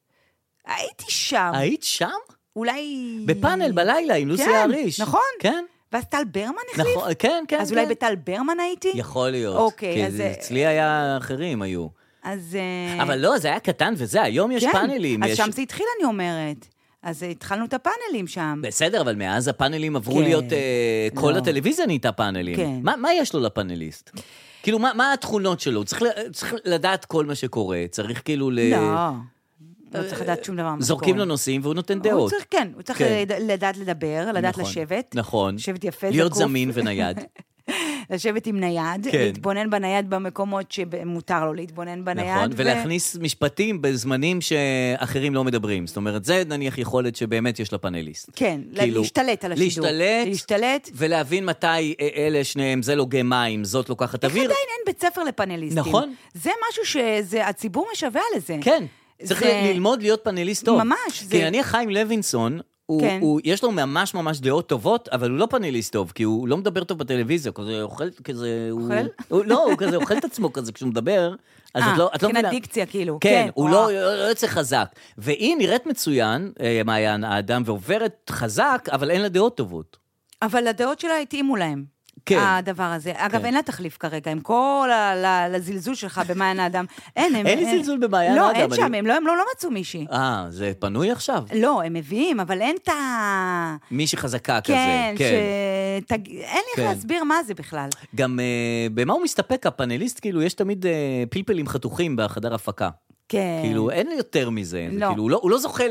הייתי שם. היית שם? אולי... בפאנל, בלילה, עם לוסי האריש. נכון. כן. ואז טל ברמן החליף? נכון, כן, כן. אז אולי בטל ברמן הייתי? יכול להיות. אוקיי, אז... כי אצלי היה אחרים, היו. אז... אבל לא, זה היה קטן וזה, היום יש פאנלים. אז שם זה התחיל, אני אומרת. אז התחלנו את הפאנלים שם. בסדר, אבל מאז הפאנלים עברו להיות, כל הטלוויזיה נהייתה פאנלים. מה יש לו לפאנליסט? כאילו, מה התכונות שלו? צריך לדעת כל מה שקורה, צריך כאילו ל... לא, לא צריך לדעת שום דבר. זורקים לו נושאים והוא נותן דעות. כן, הוא צריך לדעת לדבר, לדעת לשבת. נכון. לשבת יפה, להיות זמין ונייד. לשבת עם נייד, כן. להתבונן בנייד במקומות שמותר לו להתבונן בנייד. נכון, ו... ולהכניס משפטים בזמנים שאחרים לא מדברים. זאת אומרת, זה נניח יכולת שבאמת יש לפאנליסט. כן, כאילו, להשתלט על השידור. להשתלט, להשתלט. ולהבין מתי אלה שניהם, זה לוגי מים, זאת לוקחת אוויר. איך עדיין אין בית ספר לפאנליסטים. נכון. זה משהו שהציבור משווה לזה. כן, צריך זה... ללמוד להיות פאנליסט טוב. ממש. כי זה... נניח חיים לוינסון, הוא, כן. הוא, יש לו ממש ממש דעות טובות, אבל הוא לא פאנליסט טוב, כי הוא לא מדבר טוב בטלוויזיה, כזה אוכל, כזה... אוכל? הוא, הוא, לא, הוא כזה אוכל את עצמו כזה כשהוא מדבר, אז 아, את לא... את לא כן, הדיקציה כאילו. כן, כן הוא לא, לא יוצא חזק. והיא נראית מצוין, מעיין האדם, ועוברת חזק, אבל אין לה דעות טובות. אבל הדעות שלה התאימו להם. כן. הדבר הזה. אגב, כן. אין לה תחליף כרגע, עם כל הזלזול שלך במעיין האדם. אין, הם... אין לי זלזול במעיין האדם. לא, אין שם, הם לא, הם לא, לא מצאו מישהי. אה, זה פנוי עכשיו? לא, הם מביאים, אבל אין את ה... מישהי חזקה כזה. כן, כן. שתג... אין לי איך להסביר מה זה בכלל. גם במה הוא מסתפק, הפאנליסט, כאילו, יש תמיד פלפלים חתוכים בחדר הפקה. כן. כאילו, אין לי יותר מזה. לא. כאילו, הוא לא, הוא לא זוכה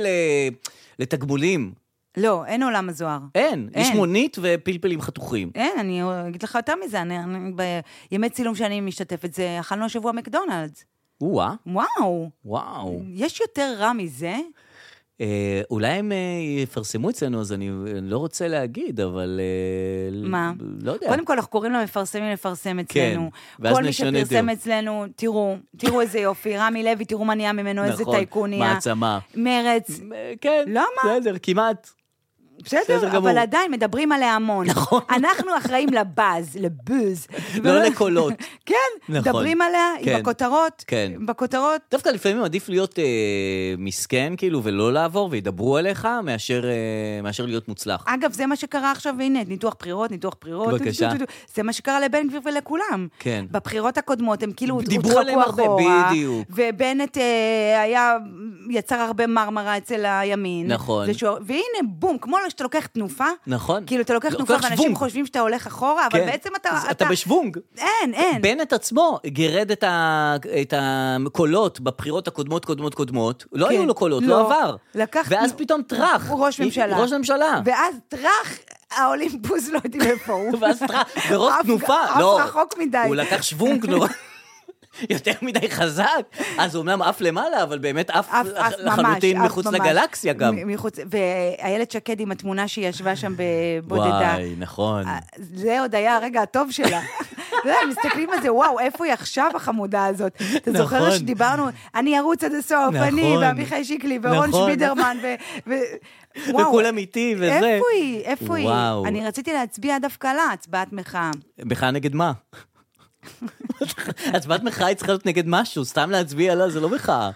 לתגמולים. לא, אין עולם הזוהר. אין, אין. יש מונית ופלפלים חתוכים. אין, אני אגיד לך יותר מזה, אני, אני, בימי צילום שאני משתתפת, זה אכלנו השבוע מקדונלדס. וואו. וואו. וואו. יש יותר רע מזה? אה, אולי הם אה, יפרסמו אצלנו, אז אני לא רוצה להגיד, אבל... אה, מה? לא יודע. קודם כל, אנחנו קוראים למפרסמים לפרסם אצלנו. כן, כל מי שפרסם אצלנו, תראו, תראו איזה יופי, רמי לוי, תראו מה נהיה ממנו, איזה טייקוניה. נכון, מעצמה. מרץ. כן, למה? בסדר, כמעט. בסדר, אבל עדיין מדברים עליה המון. נכון. אנחנו אחראים לבאז, לבוז. לא לקולות. כן, מדברים עליה, היא בכותרות. כן. בכותרות. דווקא לפעמים עדיף להיות מסכן, כאילו, ולא לעבור, וידברו עליך, מאשר להיות מוצלח. אגב, זה מה שקרה עכשיו, והנה, ניתוח בחירות, ניתוח בחירות. בבקשה. זה מה שקרה לבן גביר ולכולם. כן. בבחירות הקודמות, הם כאילו דיברו עליהם הרבה, בדיוק. ובנט היה, יצר הרבה מרמרה אצל הימין. נכון. והנה, בום, כמו לו שאתה לוקח תנופה. נכון. כאילו, אתה לוקח תנופה, ואנשים חושבים שאתה הולך אחורה, אבל בעצם אתה... אתה בשוונג. אין, אין. בנט עצמו גירד את הקולות בבחירות הקודמות, קודמות, קודמות. לא היו לו קולות, לא עבר. ואז פתאום טרח. הוא ראש ממשלה. ראש ממשלה. ואז טרח, האולימפוס לא יודעים איפה הוא. ואז טרח, ברוב תנופה. אף רחוק מדי. הוא לקח שוונג נורא. יותר מדי חזק, אז הוא אומנם אף למעלה, אבל באמת אף לחלוטין מחוץ לגלקסיה גם. והילד שקד עם התמונה שהיא ישבה שם בבודדה. וואי, נכון. זה עוד היה הרגע הטוב שלה. מסתכלים על זה, וואו, איפה היא עכשיו החמודה הזאת? אתה זוכר שדיברנו, אני ארוץ עד הסוף, אני ואביחי שיקלי ורון שבידרמן, וכולם איתי וזה. איפה היא? איפה היא? אני רציתי להצביע דווקא לה, הצבעת מחאה. מחאה נגד מה? הצבעת מחאה היא צריכה להיות נגד משהו, סתם להצביע לה, זה לא מחאה.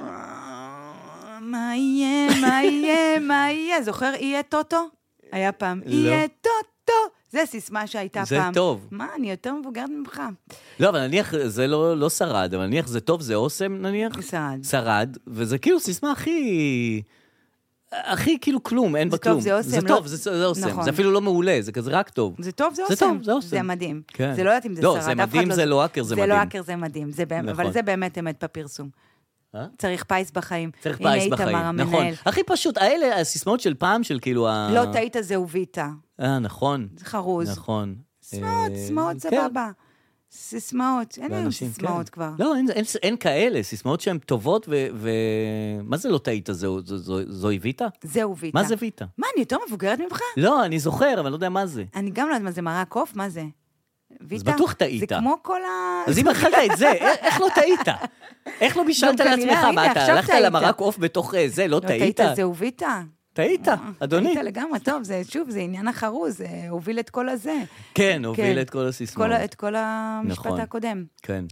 מה יהיה, מה יהיה, מה יהיה? זוכר, יהיה טוטו? היה פעם, יהיה טוטו. זה סיסמה שהייתה זה פעם. זה טוב. מה, אני יותר מבוגרת ממך. לא, אבל נניח, זה לא, לא שרד, אבל נניח זה טוב, זה אוסם, נניח? שרד. שרד, וזה כאילו סיסמה הכי... הכי כאילו כלום, אין בה כלום. זה טוב, זה אוסם. זה טוב, זה אוסם. זה אפילו לא מעולה, זה כזה רק טוב. זה טוב, זה אוסם. זה מדהים. זה לא יודעת אם זה שרד. לא, זה מדהים, זה לא אקר, זה מדהים. זה לא אקר, זה מדהים. אבל זה באמת אמת בפרסום. צריך פייס בחיים. צריך פייס בחיים, נכון. הכי פשוט, האלה, הסיסמאות של פעם, של כאילו... לא טעית זה וביטה. אה, נכון. זה חרוז. נכון. סיסמאות, סיסמאות סבבה. סיסמאות, אין לנו סיסמאות כבר. לא, אין כאלה, סיסמאות שהן טובות, ו... מה זה לא טעית? זוהי ויטה? זהו ויטה. מה זה ויטה? מה, אני יותר מבוגרת ממך? לא, אני זוכר, אבל לא יודע מה זה. אני גם לא יודעת מה זה, מרק קוף, מה זה? אז בטוח טעית. זה כמו כל ה... אז אם אכלת את זה, איך לא טעית? איך לא בישלת לעצמך? מה, אתה הלכת למרק קוף בתוך זה, לא טעית? לא טעית, זהו ויטה. טעית, אדוני. טעית לגמרי, טוב, זה שוב, זה עניין החרוז, זה הוביל את כל הזה. כן, הוביל את כל הסיסמאות. את כל המשפט הקודם. כן.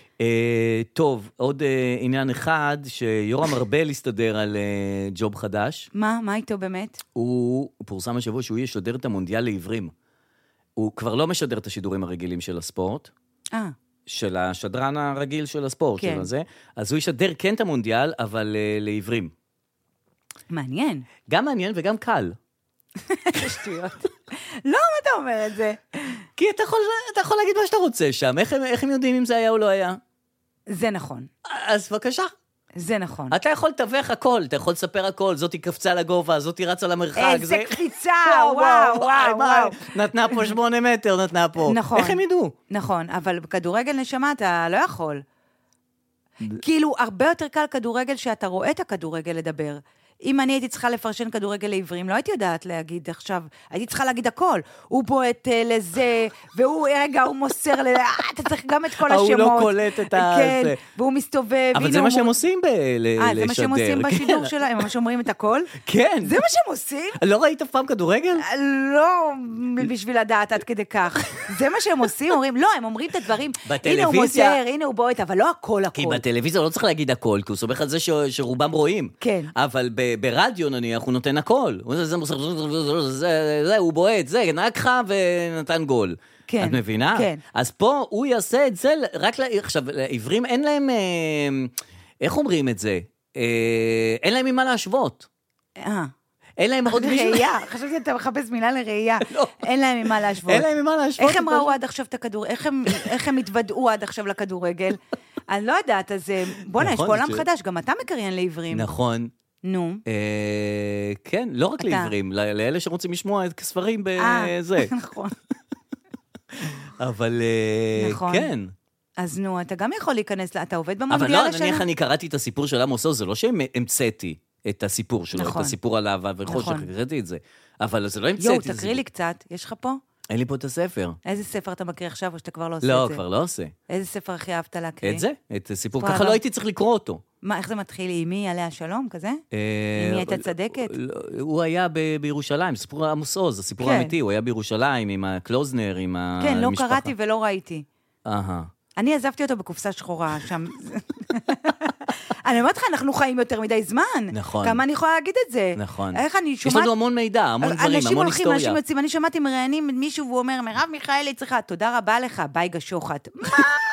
טוב, עוד עניין אחד, שיורם ארבל הסתדר על ג'וב חדש. מה? מה איתו באמת? הוא פורסם השבוע שהוא ישדר את המונדיאל לעברים. הוא כבר לא משדר את השידורים הרגילים של הספורט. אה. של השדרן הרגיל של הספורט. כן. של הזה. אז הוא ישדר כן את המונדיאל, אבל לעברים. מעניין. גם מעניין וגם קל. שטויות. לא, מה אתה אומר את זה? כי אתה יכול, אתה יכול להגיד מה שאתה רוצה שם. איך הם, איך הם יודעים אם זה היה או לא היה? זה נכון. אז בבקשה. זה נכון. אתה יכול לתווך הכל, אתה יכול לספר הכל, זאתי קפצה לגובה, זאתי רצה למרחק. איזה זה... קפיצה, וואו, וואו, וואו, וואו. נתנה פה שמונה מטר, נתנה פה. נכון. איך הם ידעו? נכון, אבל בכדורגל נשמה אתה לא יכול. כאילו, הרבה יותר קל כדורגל שאתה רואה את הכדורגל לדבר. אם אני הייתי צריכה לפרשן כדורגל לעברים, לא הייתי יודעת להגיד עכשיו, הייתי צריכה להגיד הכל. הוא בועט לזה, והוא, רגע, הוא מוסר לזה, אתה צריך גם את כל השמות. הוא לא קולט את ה... כן, והוא מסתובב. אבל זה מה שהם עושים לשדר. אה, זה מה שהם עושים בשידור שלהם, הם ממש אומרים את הכל? כן. זה מה שהם עושים? לא ראית פעם כדורגל? לא, בשביל לדעת עד כדי כך. זה מה שהם עושים, אומרים, לא, הם אומרים את הדברים, הנה הוא מוסר, הנה הוא בועט, אבל לא הכל הכל. כי בטלוויזיה לא צריך להגיד הכל, כי הוא סומך על זה שרובם רואים. כן. אבל ברדיו נניח, הוא נותן הכל. הוא בועט, זה, נקחה ונתן גול. כן. את מבינה? כן. אז פה הוא יעשה את זה, רק, עכשיו, לעברים אין להם, איך אומרים את זה? אין להם ממה להשוות. אה. אין להם עוד מישהו... ראייה, חשבתי שאתה מחפש מילה לראייה. אין להם ממה להשוות. אין להם ממה להשוות. איך הם ראו עד עכשיו את הכדור... איך הם התוודעו עד עכשיו לכדורגל? אני לא יודעת, אז בוא'נה, יש פה עולם חדש, גם אתה מקריין לעברים. נכון. נו. כן, לא רק לעברים, לאלה שרוצים לשמוע את ספרים בזה. נכון. אבל כן. אז נו, אתה גם יכול להיכנס, אתה עובד במונדיאל השנה. אבל לא, נניח אני קראתי את הסיפור של עמוס עוז, זה לא שהמצאתי את הסיפור שלו, את הסיפור על אהבה וחושך, קראתי את זה. אבל זה לא המצאתי. יואו, תקריא לי קצת, יש לך פה? אין לי פה את הספר. איזה ספר אתה מקריא עכשיו, או שאתה כבר לא עושה את זה? לא, כבר לא עושה. איזה ספר הכי אהבת להקריא? את זה, את הסיפור. ככה לא הייתי צריך לקרוא אותו. מה, איך זה מתחיל? אמי עליה שלום, כזה? אמי הייתה צדקת? הוא היה בירושלים, סיפור עמוס עוז, הסיפור האמיתי, הוא היה בירושלים עם הקלוזנר, עם המשפחה. כן, לא קראתי ולא ראיתי. אהה. אני עזבתי אותו בקופסה שחורה שם. אני אומרת לך, אנחנו חיים יותר מדי זמן. נכון. כמה אני יכולה להגיד את זה? נכון. איך אני שומעת... יש לנו המון מידע, המון דברים, המון היסטוריה. אנשים יוצאים, אני שמעתי מראיינים מישהו והוא אומר, מרב מיכאלי צריכה, תודה רבה לך, בייגה שוחט. מה?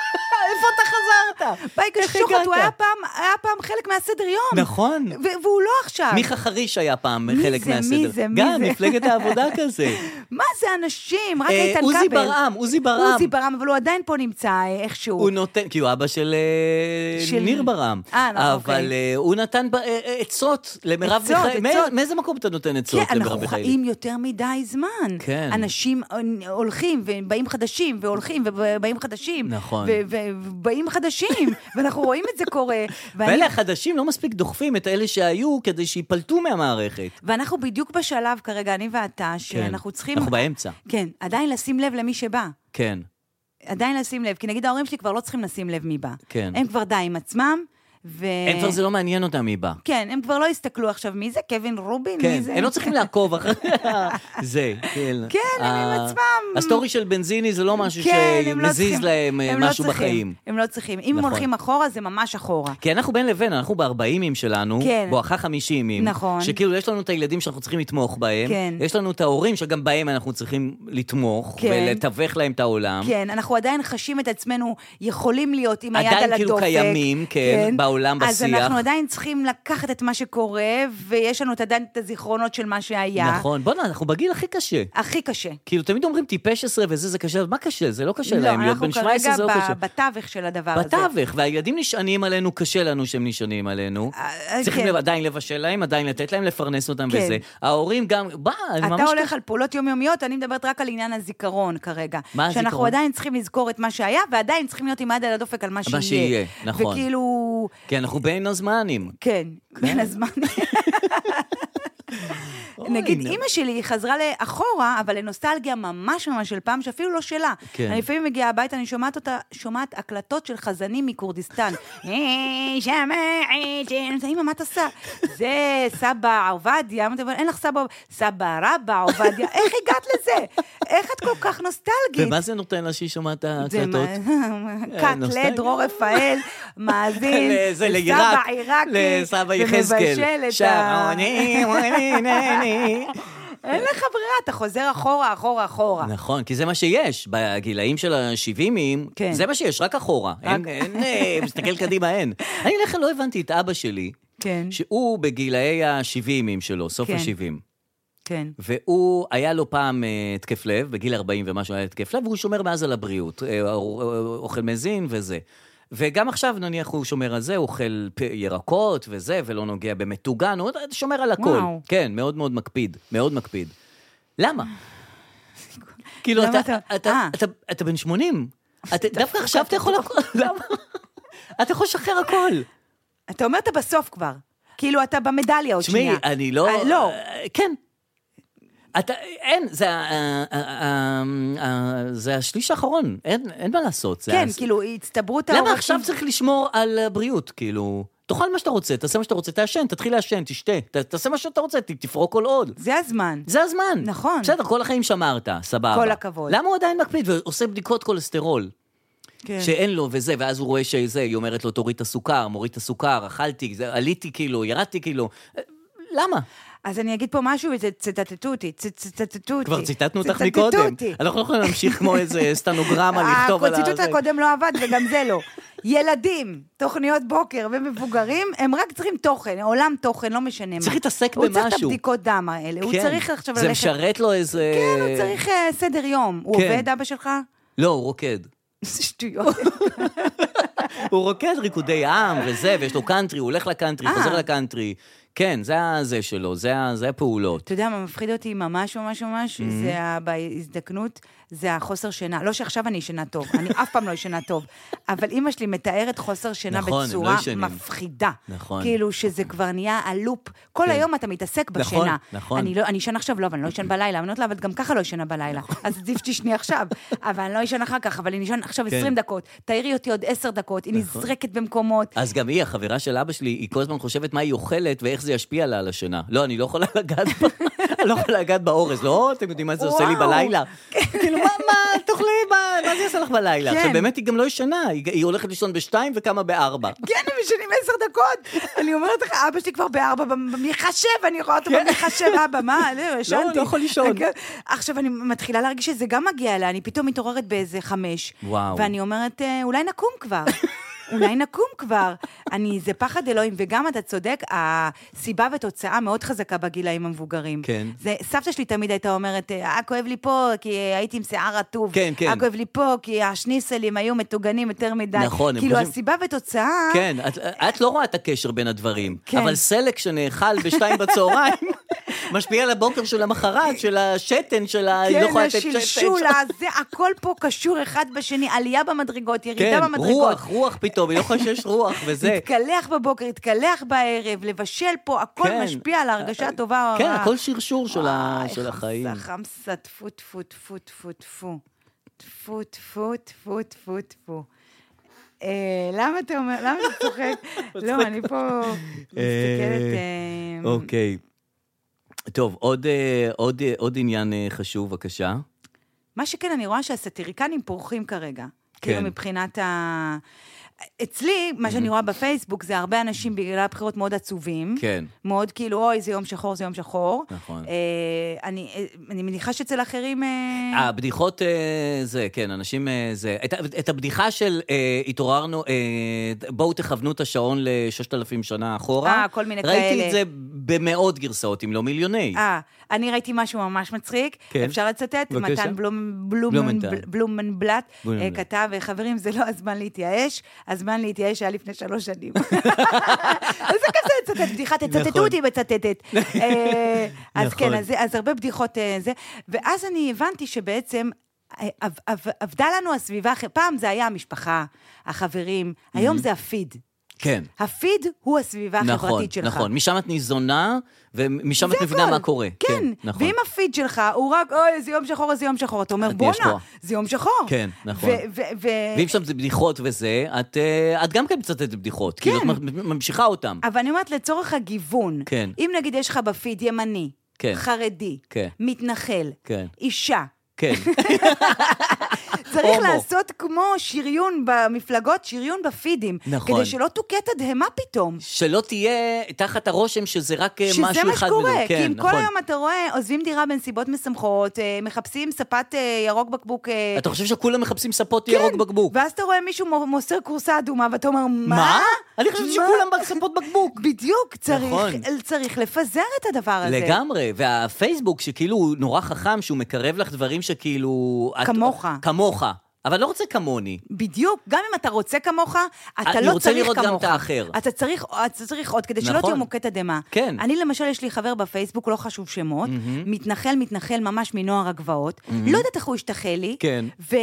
איפה אתה חזרת? בייקה שוחט, הוא היה פעם, היה פעם חלק מהסדר יום. נכון. והוא לא עכשיו. מיכה חריש היה פעם חלק מהסדר. מי זה, מי זה? גם, מפלגת העבודה כזה. מה זה אנשים? רק איתן כבל. עוזי ברעם, עוזי ברעם. עוזי ברעם, אבל הוא עדיין פה נמצא איכשהו. הוא נותן, כי הוא אבא של ניר ברעם. אה, נכון, אוקיי. אבל הוא נתן עצות למרב מיכאלי. מאיזה מקום אתה נותן עצות למרב מיכאלי? אנחנו חיים יותר מדי זמן. כן. אנשים הולכים ובאים חדשים, והולכים ובאים חדשים. נכון. ובאים חדשים, ואנחנו רואים את זה קורה. ואלה החדשים לא מספיק דוחפים את אלה שהיו כדי שיפלטו מהמערכת. ואנחנו בדיוק בשלב כרגע, אני ואתה, שאנחנו צריכים... אנחנו באמצע. כן, עדיין לשים לב למי שבא. כן. עדיין לשים לב, כי נגיד ההורים שלי כבר לא צריכים לשים לב מי בא. כן. הם כבר די עם עצמם, ו... הם כבר זה לא מעניין אותם מי בא. כן, הם כבר לא הסתכלו עכשיו מי זה, קווין רובין, כן, מי זה? הם לא צריכים לעקוב אחרי זה, כן. כן, הם עם עצמם. הסטורי של בנזיני זה לא משהו שמזיז להם משהו בחיים. הם לא צריכים. אם הם הולכים אחורה, זה ממש אחורה. כי אנחנו בין לבין, אנחנו בארבעים שלנו, בואכה חמישים, נכון. שכאילו יש לנו את הילדים שאנחנו צריכים לתמוך בהם, יש לנו את ההורים שגם בהם אנחנו צריכים לתמוך, ולתווך להם את העולם. כן, אנחנו עדיין חשים את עצמנו, יכולים להיות עם היד על הדופק. עדיין כאילו קיימים, כן, בעולם, בשיח. אז אנחנו עדיין צריכים לקחת את מה שקורה, ויש לנו עדיין את הזיכרונות של מה שהיה. נכון, בוא נה, אנחנו בגיל הכי קשה. הכי קשה. כאילו, תמיד אומרים טיפש עשרה וזה, זה קשה, מה קשה? זה לא קשה להם, להיות בן שבע עשרה זה לא קשה. לא, אנחנו כרגע בתווך של הדבר הזה. בתווך, והילדים נשענים עלינו, קשה לנו שהם נשענים עלינו. צריכים עדיין לבשל להם, עדיין לתת להם, לפרנס אותם וזה. ההורים גם, בא, אתה הולך על פעולות יומיומיות, אני מדברת רק על עניין הזיכרון כרגע. מה הזיכרון? שאנחנו עדיין צריכים לזכור את מה שהיה, ועדיין צריכים להיות עם היד על הדופק על מה שיהיה. מה שיהיה, נכון. וכאילו... כי אנחנו בין הזמנים. כן, בין הזמנים. נגיד, אמא שלי היא חזרה לאחורה, אבל לנוסטלגיה ממש ממש של פעם, שאפילו לא שלה. אני לפעמים מגיעה הביתה, אני שומעת אותה, שומעת הקלטות של חזנים מקורדיסטן. אמא, מה אתה עושה? זה סבא עובדיה, אין לך סבא, סבא רבא עובדיה, איך הגעת לזה? איך את כל כך נוסטלגית? ומה זה נותן לה שהיא שומעת ההקלטות? קט לדרור רפאל, מאזין, סבא עיראקי, לסבא יחזקאל, שעוני, אין לך ברירה, אתה חוזר אחורה, אחורה, אחורה. נכון, כי זה מה שיש, בגילאים של ה-שבעים, זה מה שיש, רק אחורה. אין, מסתכל קדימה, אין. אני לכן לא הבנתי את אבא שלי, שהוא בגילאי ה-שבעים שלו, סוף ה-שבעים. כן. והוא, היה לו פעם התקף לב, בגיל ארבעים ומשהו היה התקף לב, והוא שומר מאז על הבריאות, אוכל מזין וזה. וגם עכשיו נניח הוא שומר על זה, הוא אוכל ירקות וזה, ולא נוגע במתוגן, הוא שומר על הכל. וואו. כן, מאוד מאוד מקפיד, מאוד מקפיד. למה? כאילו, אתה, אתה, אתה, אתה, אתה בן שמונים, דווקא עכשיו אתה יכול הכל, למה? אתה יכול לשחרר הכל. אתה אומר אתה בסוף כבר, כאילו אתה במדליה עוד שנייה. שמי, אני לא... לא. כן. אתה, אין, זה, זה השליש האחרון, אין, אין מה לעשות. כן, כאילו, הצטברות למה עכשיו צריך לשמור על הבריאות, כאילו, תאכל מה שאתה רוצה, תעשה מה שאתה רוצה, תעשן, תתחיל לעשן, תשתה, תעשה מה שאתה רוצה, תפרוק כל עוד. זה הזמן. זה הזמן. נכון. בסדר, כל החיים שמרת, סבבה. כל הכבוד. למה הוא עדיין מקפיד ועושה בדיקות כולסטרול? כן. שאין לו וזה, ואז הוא רואה שזה, היא אומרת לו, תוריד את הסוכר, מוריד את הסוכר, אכלתי, עליתי כאילו, ירדתי כאילו, למה? אז אני אגיד פה משהו, וצטטטו אותי, צטטטו אותי. כבר ציטטנו אותך מקודם. אנחנו לא יכולים להמשיך כמו איזה סטנוגרמה לכתוב על זה. הציטוט הקודם לא עבד, וגם זה לא. ילדים, תוכניות בוקר ומבוגרים, הם רק צריכים תוכן, עולם תוכן, לא משנה מה. צריך להתעסק במשהו. הוא צריך את הבדיקות דם האלה, הוא צריך עכשיו ללכת... זה משרת לו איזה... כן, הוא צריך סדר יום. הוא עובד, אבא שלך? לא, הוא רוקד. זה שטויות. הוא רוקד ריקודי עם וזה, ויש לו קאנטרי, הוא הולך לקאנטרי, חוזר לקאנטרי. כן, זה זה שלו, זה הפעולות. אתה יודע מה מפחיד אותי ממש ממש ממש? זה בהזדקנות, זה החוסר שינה. לא שעכשיו אני ישנה טוב, אני אף פעם לא ישנה טוב, אבל אמא שלי מתארת חוסר שינה בצורה מפחידה. נכון. כאילו שזה כבר נהיה הלופ. כל היום אתה מתעסק בשינה. נכון, נכון. אני ישן עכשיו, לא, אבל אני לא ישן בלילה, אני לא אבל גם ככה לא ישנה בלילה. אז עדיף שתשני עכשיו, אבל אני לא ישן אחר כך, אבל אני ישן עכשיו עשרים דקות, תאירי אותי עוד עשר דקות, היא נזרקת במקומות. אז גם היא, החברה של אבא שלי, היא כל הזמן חושבת מה היא אוכלת ואיך זה ישפיע לה על השינה. לא, אני לא יכולה לגעת בה. אני לא יכולה לגעת באורז. לא, אתם יודעים מה זה עושה לי בלילה. כאילו, מה, מה, תאכלי, מה זה עושה לך בלילה? עכשיו, באמת היא גם לא ישנה, היא הולכת לישון בשתיים וכמה בארבע. כן, הם ישנים עשר דקות. אני אומרת לך, אבא שלי כבר בארבע, במחשב, אני רואה אותו במחשב, אבא, מה? לא, לא יכול לישון. עכשיו, אני מתחילה להרגיש שזה גם מגיע אליה, אני פתאום מתעוררת באיזה חמש. ואני אומרת, אולי נקום כבר. אולי נקום כבר. אני, זה פחד אלוהים, וגם אתה צודק, הסיבה ותוצאה מאוד חזקה בגילאים המבוגרים. כן. זה, סבתא שלי תמיד הייתה אומרת, אה, כואב לי פה, כי הייתי עם שיער רטוב. כן, כן. אה, כואב לי פה, כי השניסלים היו מתוגנים יותר מדי. נכון. כאילו, חושב... הסיבה ותוצאה... כן, את, את לא רואה את הקשר בין הדברים. כן. אבל סלק שנאכל בשתיים בצהריים, משפיע על הבוקר של המחרת, של השתן, של ה... כן, לא השלשול, זה, הכל פה קשור אחד בשני, עלייה במדרגות, ירידה כן, במדרגות. רוח, רוח פתאום, היא לא חושבת שיש רוח, וזה. התקלח בבוקר, התקלח בערב, לבשל פה, הכל כן. משפיע על ההרגשה הטובה. כן, הכל שרשור של, ה... של החיים. חמסה, חמסה, טפו, טפו, טפו, טפו, טפו. טפו, טפו, טפו, טפו, טפו. למה אתה אומר, למה אתה צוחק? לא, אני פה מסתכלת... אוקיי. טוב, עוד, עוד, עוד עניין חשוב, בבקשה. מה שכן, אני רואה שהסטיריקנים פורחים כרגע. כן. כאילו מבחינת ה... אצלי, מה שאני רואה בפייסבוק, זה הרבה אנשים בגלל הבחירות מאוד עצובים. כן. מאוד כאילו, אוי, זה יום שחור, זה יום שחור. נכון. אה, אני, אני מניחה שאצל אחרים... אה... הבדיחות אה, זה, כן, אנשים אה, זה. את, את הבדיחה של אה, התעוררנו, אה, בואו תכוונו את השעון לששת אלפים שנה אחורה. אה, כל מיני ראיתי כאלה. ראיתי את זה במאות גרסאות, אם לא מיליוני. אה, אני ראיתי משהו ממש מצחיק. כן. אפשר לצטט? בבקשה. מתן בלומנבלט כתב, חברים, זה לא הזמן להתייאש, הזמן להתייאש היה לפני שלוש שנים. זה כזה, צטט, בדיחה, תצטטו אותי מצטטת. אז כן, אז הרבה בדיחות זה. ואז אני הבנתי שבעצם עבדה לנו הסביבה, פעם זה היה המשפחה, החברים, היום זה הפיד. כן. הפיד הוא הסביבה החברתית שלך. נכון, משם את ניזונה, ומשם את מבינה מה קורה. כן, ואם הפיד שלך הוא רק, אוי, זה יום שחור, זה יום שחור, אתה אומר, בונה, זה יום שחור. כן, נכון. ואם שם זה בדיחות וזה, את גם כן מצטטת בדיחות, כאילו את ממשיכה אותם. אבל אני אומרת, לצורך הגיוון, אם נגיד יש לך בפיד ימני, חרדי, מתנחל, אישה, כן. צריך לעשות כמו שריון במפלגות, שריון בפידים. נכון. כדי שלא תוקע תדהמה פתאום. שלא תהיה תחת הרושם שזה רק משהו אחד. שזה מה שקורה. כן, כי אם נכון. כל היום אתה רואה, עוזבים דירה בנסיבות משמחות, מחפשים ספת ירוק בקבוק. אתה חושב שכולם מחפשים ספות ירוק בקבוק? ואז אתה רואה מישהו מוסר קורסה אדומה, ואתה אומר, מה? מה? אני חושב שכולם בספות בקבוק. בדיוק, צריך לפזר את הדבר הזה. לגמרי, והפייסבוק שכאילו נורא חכם, שהוא מקרב לך דברים שכאילו... כמוך. כמוך. אבל לא רוצה כמוני. בדיוק, גם אם אתה רוצה כמוך, אתה לא צריך כמוך. אני רוצה לראות גם את האחר. אתה צריך, אתה צריך עוד, כדי שלא תהיה מוקד אדמה. כן. אני למשל, יש לי חבר בפייסבוק, לא חשוב שמות, מתנחל, מתנחל ממש מנוער הגבעות, לא יודעת איך הוא השתחל לי, כן.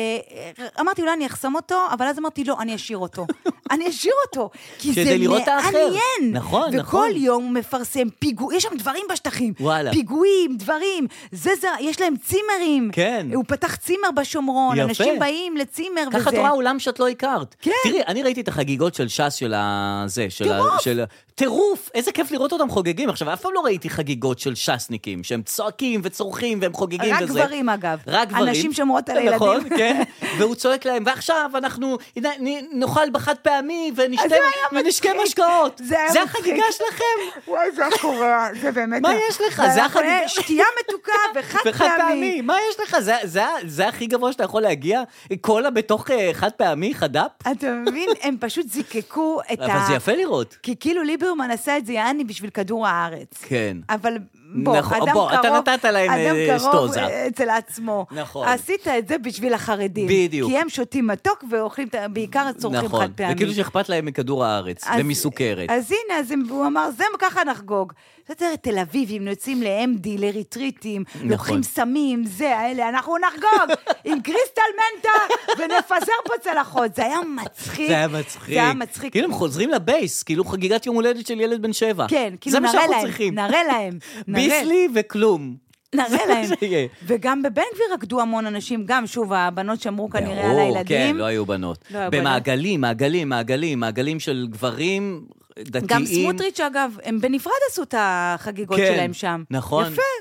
ואמרתי, אולי אני אחסום אותו, אבל אז אמרתי, לא, אני אשאיר אותו. אני אשאיר אותו. כי זה מעניין. נכון, נכון. וכל יום הוא מפרסם פיגוע, יש שם דברים בשטחים. פיגועים, דברים. יש להם צימרים. כן. הוא פתח צימר בשומרון. אנשים באים לצימר וזה. ככה את רואה עולם שאת לא הכרת. כן. תראי, אני ראיתי את החגיגות של ש"ס של הזה, של טירוף. טירוף, איזה כיף לראות אותם חוגגים. עכשיו, אף פעם לא ראיתי חגיגות של ש"סניקים, שהם צועקים וצורכים והם חוגגים וזה. רק גברים אגב. רק גברים. אנשים שמורות על הילדים. נכון, כן. והוא צועק להם, ועכשיו אנחנו נאכל בחד פעמי ונשקה משקאות. זה החגיגה שלכם. וואי, זה הקורא, זה באמת. מה יש לך? זה החגיגה. שתייה מתוקה וחד פעמי. מה יש לך? זה הכי גבוה שאתה יכול להגיע? קולה בתוך חד פעמי, חד"פ? אתה מבין? הם פשוט זיקקו את ה... אבל זה יפה לראות. כי כאילו ליברמן עשה את זה יעני בשביל כדור הארץ. כן. אבל בוא, אדם קרוב... אתה נתת להם סטוזה. אדם קרוב אצל עצמו. נכון. עשית את זה בשביל החרדים. בדיוק. כי הם שותים מתוק ואוכלים, בעיקר צורכים חד פעמי. וכאילו שאכפת להם מכדור הארץ, ומסוכרת. אז הנה, אז הוא אמר, זה ככה נחגוג. זאת אומרת, תל אביבים יוצאים ל-אם די, לריטריטים, לוקחים סמים, זה, האלה, אנחנו נחגוג עם קריסטל מנטה, ונפזר פה צלחות. זה היה מצחיק. זה היה מצחיק. זה היה מצחיק. כאילו הם חוזרים לבייס, כאילו חגיגת יום הולדת של ילד בן שבע. כן, כאילו נראה להם, נראה להם. ביסלי וכלום. נראה להם. וגם בבן גביר רקדו המון אנשים, גם שוב, הבנות שמרו כנראה על הילדים. כן, לא היו בנות. במעגלים, מעגלים, מעגלים, מעגלים של גברים דתיים. גם סמוטריץ' אגב, הם בנפרד עשו את החגיגות שלהם שם. נכון. יפה.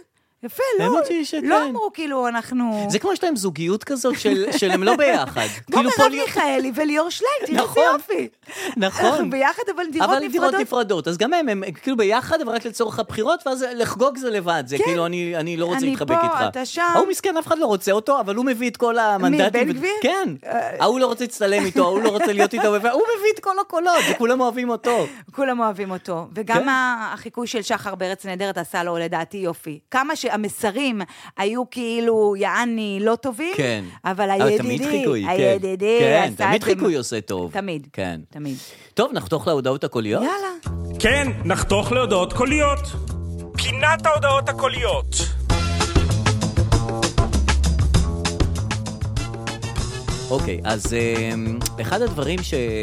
יפה, לא, לא אמרו כאילו אנחנו... זה כמו שלהם זוגיות כזאת של הם לא ביחד. כמו מרב מיכאלי וליאור שליין, תראו זה יופי. נכון. אנחנו ביחד, אבל דירות נפרדות. אבל דירות נפרדות, אז גם הם, הם כאילו ביחד, אבל רק לצורך הבחירות, ואז לחגוג זה לבד. זה כאילו, אני לא רוצה להתחבק איתך. אני פה, אתה שם. הוא מסכן, אף אחד לא רוצה אותו, אבל הוא מביא את כל המנדטים. מי, בן גביר? כן. הוא לא רוצה להצטלם איתו, הוא לא רוצה להיות איתו, הוא מביא את כל הקולות, וכולם אוהבים אותו. כולם אוהבים אותו. וגם החיקוי של שחר בארץ נהדרת עשה לו לדעתי יופי. כמה שהמסרים היו כאילו יעני לא טובים, כן. אבל הידידי, הידידי, כן, תמיד חיקוי עושה טוב. תמיד, כן. תמיד. טוב, נחתוך להודעות הקוליות? יאללה. כן, נחתוך להודעות קוליות. פינת ההודעות הקוליות. אוקיי, אז אחד הדברים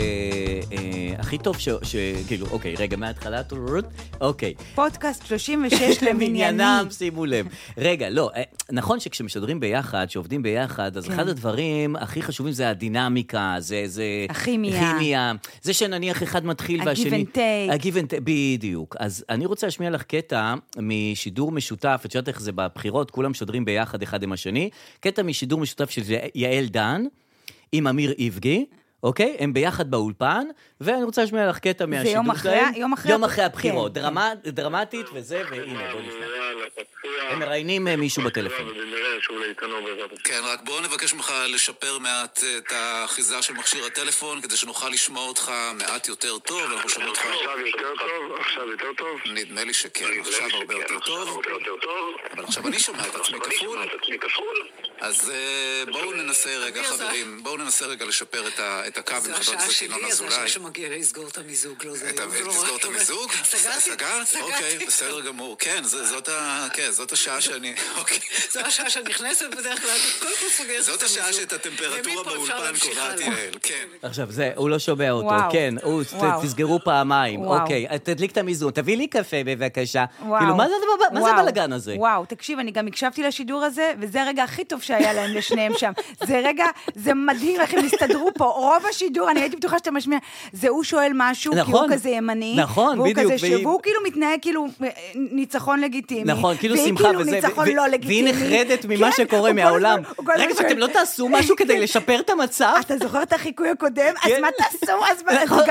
שהכי טוב שכאילו, אוקיי, רגע, מההתחלה, אוקיי. פודקאסט שלושים ושש למניינם. שימו לב. רגע, לא, נכון שכשמשדרים ביחד, שעובדים ביחד, אז אחד הדברים הכי חשובים זה הדינמיקה, זה הכימיה, זה שנניח אחד מתחיל והשני... הגיב אנד טייק. הגיב אנד טייק, בדיוק. אז אני רוצה להשמיע לך קטע משידור משותף, את יודעת איך זה בבחירות, כולם משדרים ביחד אחד עם השני, קטע משידור משותף של יעל דן, עם אמיר איבגי, אוקיי? הם ביחד באולפן, ואני רוצה לשמוע לך קטע מהשידור שלהם. יום אחרי, יום אחרי הבחירות. דרמטית וזה, והנה, בואו נשמע. הם מראיינים מישהו בטלפון. כן, רק בואו נבקש ממך לשפר מעט את האחיזה של מכשיר הטלפון, כדי שנוכל לשמוע אותך מעט יותר טוב, אנחנו שומעים אותך... עכשיו יותר טוב, עכשיו יותר טוב. נדמה לי שכן, עכשיו הרבה יותר טוב. אבל עכשיו אני שומע את עצמי כפול. אז בואו ננסה רגע, חברים, בואו ננסה רגע לשפר את הקו עם חבר הכנסת ינון אזולאי. זה השעה שמגיע לסגור את המיזוג, לא זה... לסגור את המיזוג? סגרת? אוקיי, בסדר גמור. כן, זאת השעה שאני... זו השעה שאני נכנסת בדרך כלל, קודם כל סוגרת את המיזוג. זאת השעה שאת הטמפרטורה באולפן קובעת יעל, כן. עכשיו, זה, הוא לא שומע אותו, כן, תסגרו פעמיים, אוקיי, תדליק את המיזוג, תביא לי קפה בבקשה. כאילו, מה זה הבלגן הזה? וואו, תקשיב, אני גם הקשבתי לשידור הזה, וזה הרגע הכי טוב שהיה להם לשניהם שם. זה רגע, זה מדהים איך הם הסתדרו פה. רוב השידור, אני הייתי בטוחה שאתה משמיע, זה הוא שואל משהו, כי הוא כזה ימני, נכון, בדיוק. והוא כאילו מתנהג כאילו ניצחון לגיטימי. נכון, כאילו שמחה וזה, והיא נחרדת ממה שקורה מהעולם. רגע, ואתם לא תעשו משהו כדי לשפר את המצב? אתה זוכר את החיקוי הקודם? אז מה תעשו? אז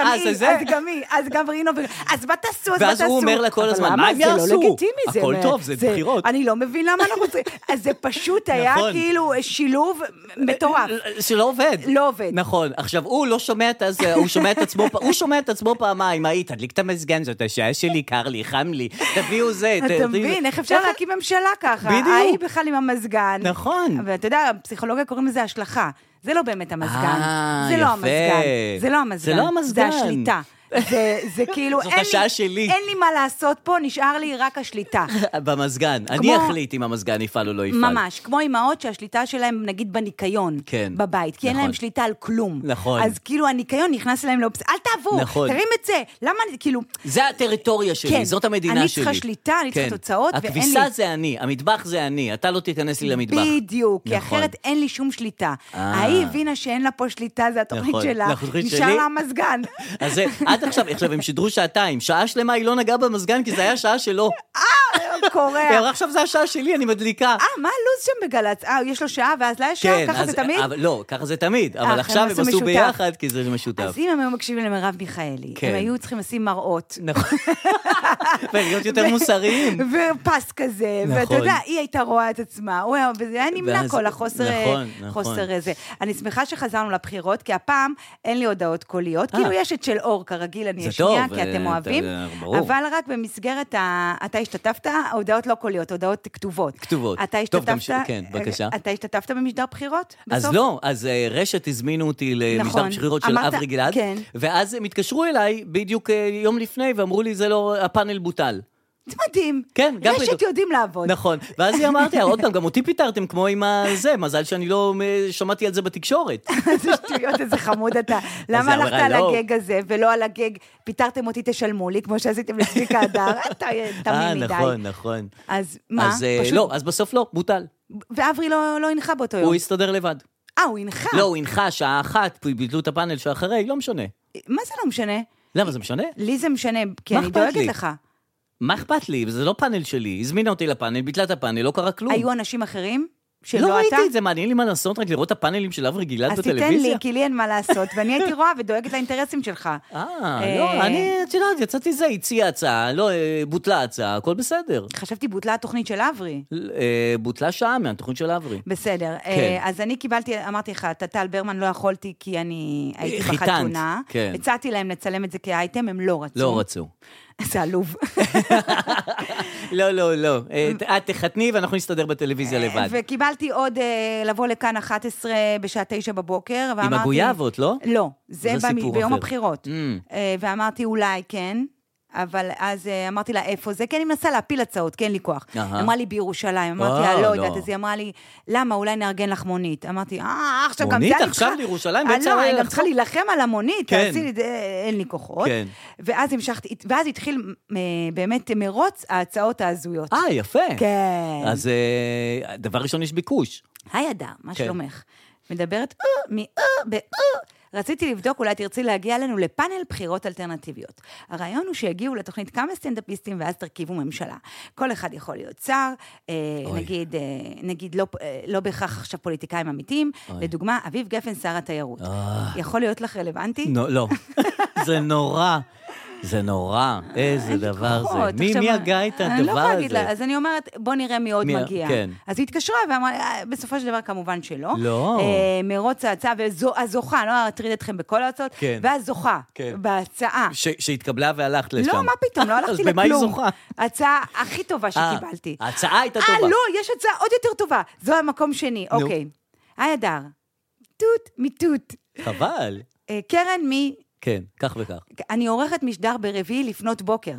גם היא, אז גם רינו, אז מה תעשו? ואז הוא אומר לה כל הזמן, מה הם יעשו? זה לא לגיטימי, הכל טוב, זה בחירות. אני לא מבין למה אנחנו צריכים. אז זה פשוט היה כאילו שילוב מטורף. שלא עובד. לא עובד. נכון. עכשיו, הוא לא שומע את זה, הוא שומע את עצמו, הוא שומע את עצמו פעמיים, היי, תדליק את המזגן, זאת השעה שלי, קר לי, חם לי, תביאו זה. אתה מבין, איך אפשר להקים ממשלה ככה? בדיוק. היי בכלל עם המזגן. נכון. ואתה יודע, פסיכולוגיה קוראים לזה השלכה. זה לא באמת המזגן. זה לא המזגן. זה לא המזגן. זה לא המזגן. זה השליטה. זה, זה כאילו, זאת השעה שלי. אין לי מה לעשות פה, נשאר לי רק השליטה. במזגן. אני אחליט אם המזגן יפעל או לא יפעל. ממש, כמו אמהות שהשליטה שלהם, נגיד בניקיון, כן. בבית, כי אין להם שליטה על כלום. נכון. אז כאילו הניקיון נכנס להם לאופס, אל תעבור, נכון. תרים את זה. למה, כאילו... זה הטריטוריה שלי, כן. זאת המדינה שלי. אני צריכה שליטה, אני צריכה כן. תוצאות, ואין לי... הכביסה זה אני, המטבח זה אני, אתה לא תיכנס לי למטבח. בדיוק, כי נכון. אחרת אין לי שום שליטה. ההיא הבינה שאין לה פה שליטה, זה התוכנית נכון. שלה, נשאר לה המזגן. אז זה, עד עכשיו, עכשיו הם שידרו שעתיים, שעה שלמה היא לא נגעה במזגן, כי זה היה שעה שלו. אה, קורא. עכשיו זה השעה שלי, אני מדליקה. אה, מה הלו"ז שם בגל"צ? אה, יש לו שעה, ואז לה יש שעה, ככה זה תמיד? לא, ככה זה תמיד, אבל עכשיו הם עשו ביחד, כי זה משותף. אז אם הם היו מקשיבים למרב מיכאלי, הם היו צריכים לשים מראות. נכון. ולהיות יותר מוסריים. ופס כזה, ואתה יודע, היא הייתה רואה את עצמה, וזה היה נמנע כל החוסר הזה. אני שמחה שחזרנו לבחירות, כי הפעם אין לי הודעות קוליות, כאילו יש את של אור, כרגיל אני אשמיע, כי אתם אוהבים, אבל רק במסגרת, אתה השתתפת, הודעות לא קוליות, הודעות כתובות. כתובות. אתה השתתפת, כן, בבקשה. אתה השתתפת במשדר בחירות? אז לא, אז רשת הזמינו אותי למשדר בחירות של אברי גלעד, ואז הם התקשרו אליי בדיוק יום לפני, ואמרו לי, זה לא, הפאנל בוטל. זה מדהים. כן, גם רשת יודעים לעבוד. נכון. ואז היא אמרתי, עוד פעם, גם אותי פיתרתם כמו עם הזה, מזל שאני לא שמעתי על זה בתקשורת. זה שטויות, איזה חמוד אתה. למה הלכת על הגג הזה, ולא על הגג, פיתרתם אותי, תשלמו לי, כמו שעשיתם לצביקה הדר, אתה תמים מדי. נכון, נכון. אז מה? לא, אז בסוף לא, בוטל. ואברי לא הנחה באותו יום. הוא הסתדר לבד. אה, הוא הנחה? לא, הוא הנחה, שעה אחת, ביטלו את הפאנל שאחרי, לא משנה. מה זה לא משנה? למה זה משנה? לי זה משנה, כי אני דואגת לך. מה אכפת לי? זה לא פאנל שלי. הזמינה אותי לפאנל, ביטלה את הפאנל, לא קרה כלום. היו אנשים אחרים? לא ראיתי את זה, מעניין לי מה לעשות, רק לראות את הפאנלים של אברי גלעד בטלוויזיה. אז תיתן לי, כי לי אין מה לעשות, ואני הייתי רואה ודואגת לאינטרסים שלך. אה, לא, אני, את יודעת, יצאתי זה, הציעה הצעה, לא, בוטלה הצעה, הכל בסדר. חשבתי בוטלה התוכנית של אברי. בוטלה שעה מהתוכנית של אברי. בסדר, אז אני קיבלתי, אמרתי לך, טל ברמן לא יכולתי, כי אני הייתי בחתונה. הצעתי להם לצלם את זה כאייטם, הם לא רצו. לא רצו. זה עלוב. לא, לא, לא. את תחתני ואנחנו נסתדר בטלוויזיה לבד. וקיבלתי עוד לבוא לכאן אחת עשרה בשעה תשע בבוקר. עם הגויאבות, לא? לא, זה ביום הבחירות. ואמרתי אולי כן. אבל אז אמרתי לה, איפה זה? כי אני מנסה להפיל הצעות, כי אין לי כוח. אמרה לי בירושלים, אמרתי לה, לא יודעת, אז היא אמרה לי, למה? אולי נארגן לך מונית. אמרתי, אה, עכשיו גם זה... מונית עכשיו לירושלים? לא, אני גם צריכה להילחם על המונית, תעשי לי, אין לי כוחות. ואז המשכתי, ואז התחיל באמת מרוץ ההצעות ההזויות. אה, יפה. כן. אז דבר ראשון יש ביקוש. היי אדר, מה שלומך? מדברת, מי, ב, רציתי לבדוק, אולי תרצי להגיע לנו לפאנל בחירות אלטרנטיביות. הרעיון הוא שיגיעו לתוכנית כמה סטנדאפיסטים, ואז תרכיבו ממשלה. כל אחד יכול להיות שר, נגיד, נגיד לא, לא בהכרח עכשיו פוליטיקאים אמיתיים, לדוגמה, אביב גפן, שר התיירות. יכול להיות לך רלוונטי? לא, זה נורא. זה נורא, איזה דבר זה. מי הגע את הדבר הזה? אז אני אומרת, בוא נראה מי עוד מגיע. אז היא התקשרה ואמרה, בסופו של דבר כמובן שלא. לא. מרוץ ההצעה, והזוכה, לא אטריד אתכם בכל ההצעות, והזוכה בהצעה. שהתקבלה והלכת לשם. לא, מה פתאום, לא הלכתי לכלום. אז במה היא זוכה? ההצעה הכי טובה שקיבלתי. ההצעה הייתה טובה. אה, לא, יש הצעה עוד יותר טובה. זו המקום שני, אוקיי. היי אדר, תות מתות. חבל. קרן מי... כן, כך וכך. אני עורכת משדר ברביעי לפנות בוקר.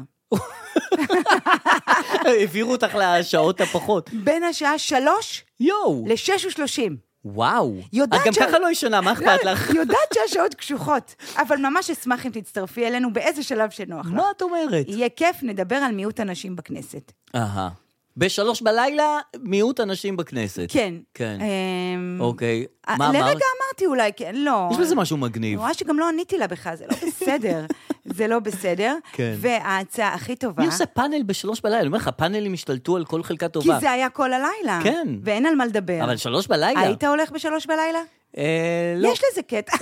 העבירו אותך לשעות הפחות. בין השעה שלוש לשש ושלושים. וואו. את גם ככה לא ישנה, מה אכפת לך? יודעת שהשעות קשוחות, אבל ממש אשמח אם תצטרפי אלינו באיזה שלב שנוח לך. מה את אומרת? יהיה כיף, נדבר על מיעוט אנשים בכנסת. אהה. בשלוש בלילה, מיעוט אנשים בכנסת. כן. כן. אוקיי. מה אמרת? לרגע אמרתי אולי, כן, לא. יש בזה משהו מגניב. אני רואה שגם לא עניתי לה בכלל, זה לא בסדר. זה לא בסדר. כן. וההצעה הכי טובה... מי עושה פאנל בשלוש בלילה? אני אומר לך, הפאנלים השתלטו על כל חלקה טובה. כי זה היה כל הלילה. כן. ואין על מה לדבר. אבל שלוש בלילה? היית הולך בשלוש בלילה? אה, לא. יש לזה קטע.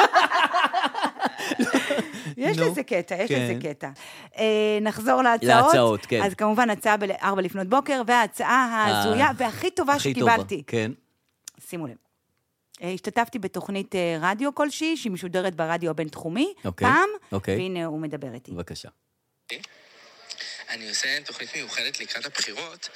יש לזה קטע, יש לזה קטע. נחזור להצעות. להצעות, כן. אז כמובן, הצעה בארבע לפנות בוקר, וההצעה ההזויה והכי טובה שקיבלתי. כן. שימו לב. השתתפתי בתוכנית רדיו כלשהי, שהיא משודרת ברדיו הבינתחומי, פעם, והנה הוא מדבר איתי. בבקשה. אני עושה תוכנית מיוחדת לקראת הבחירות,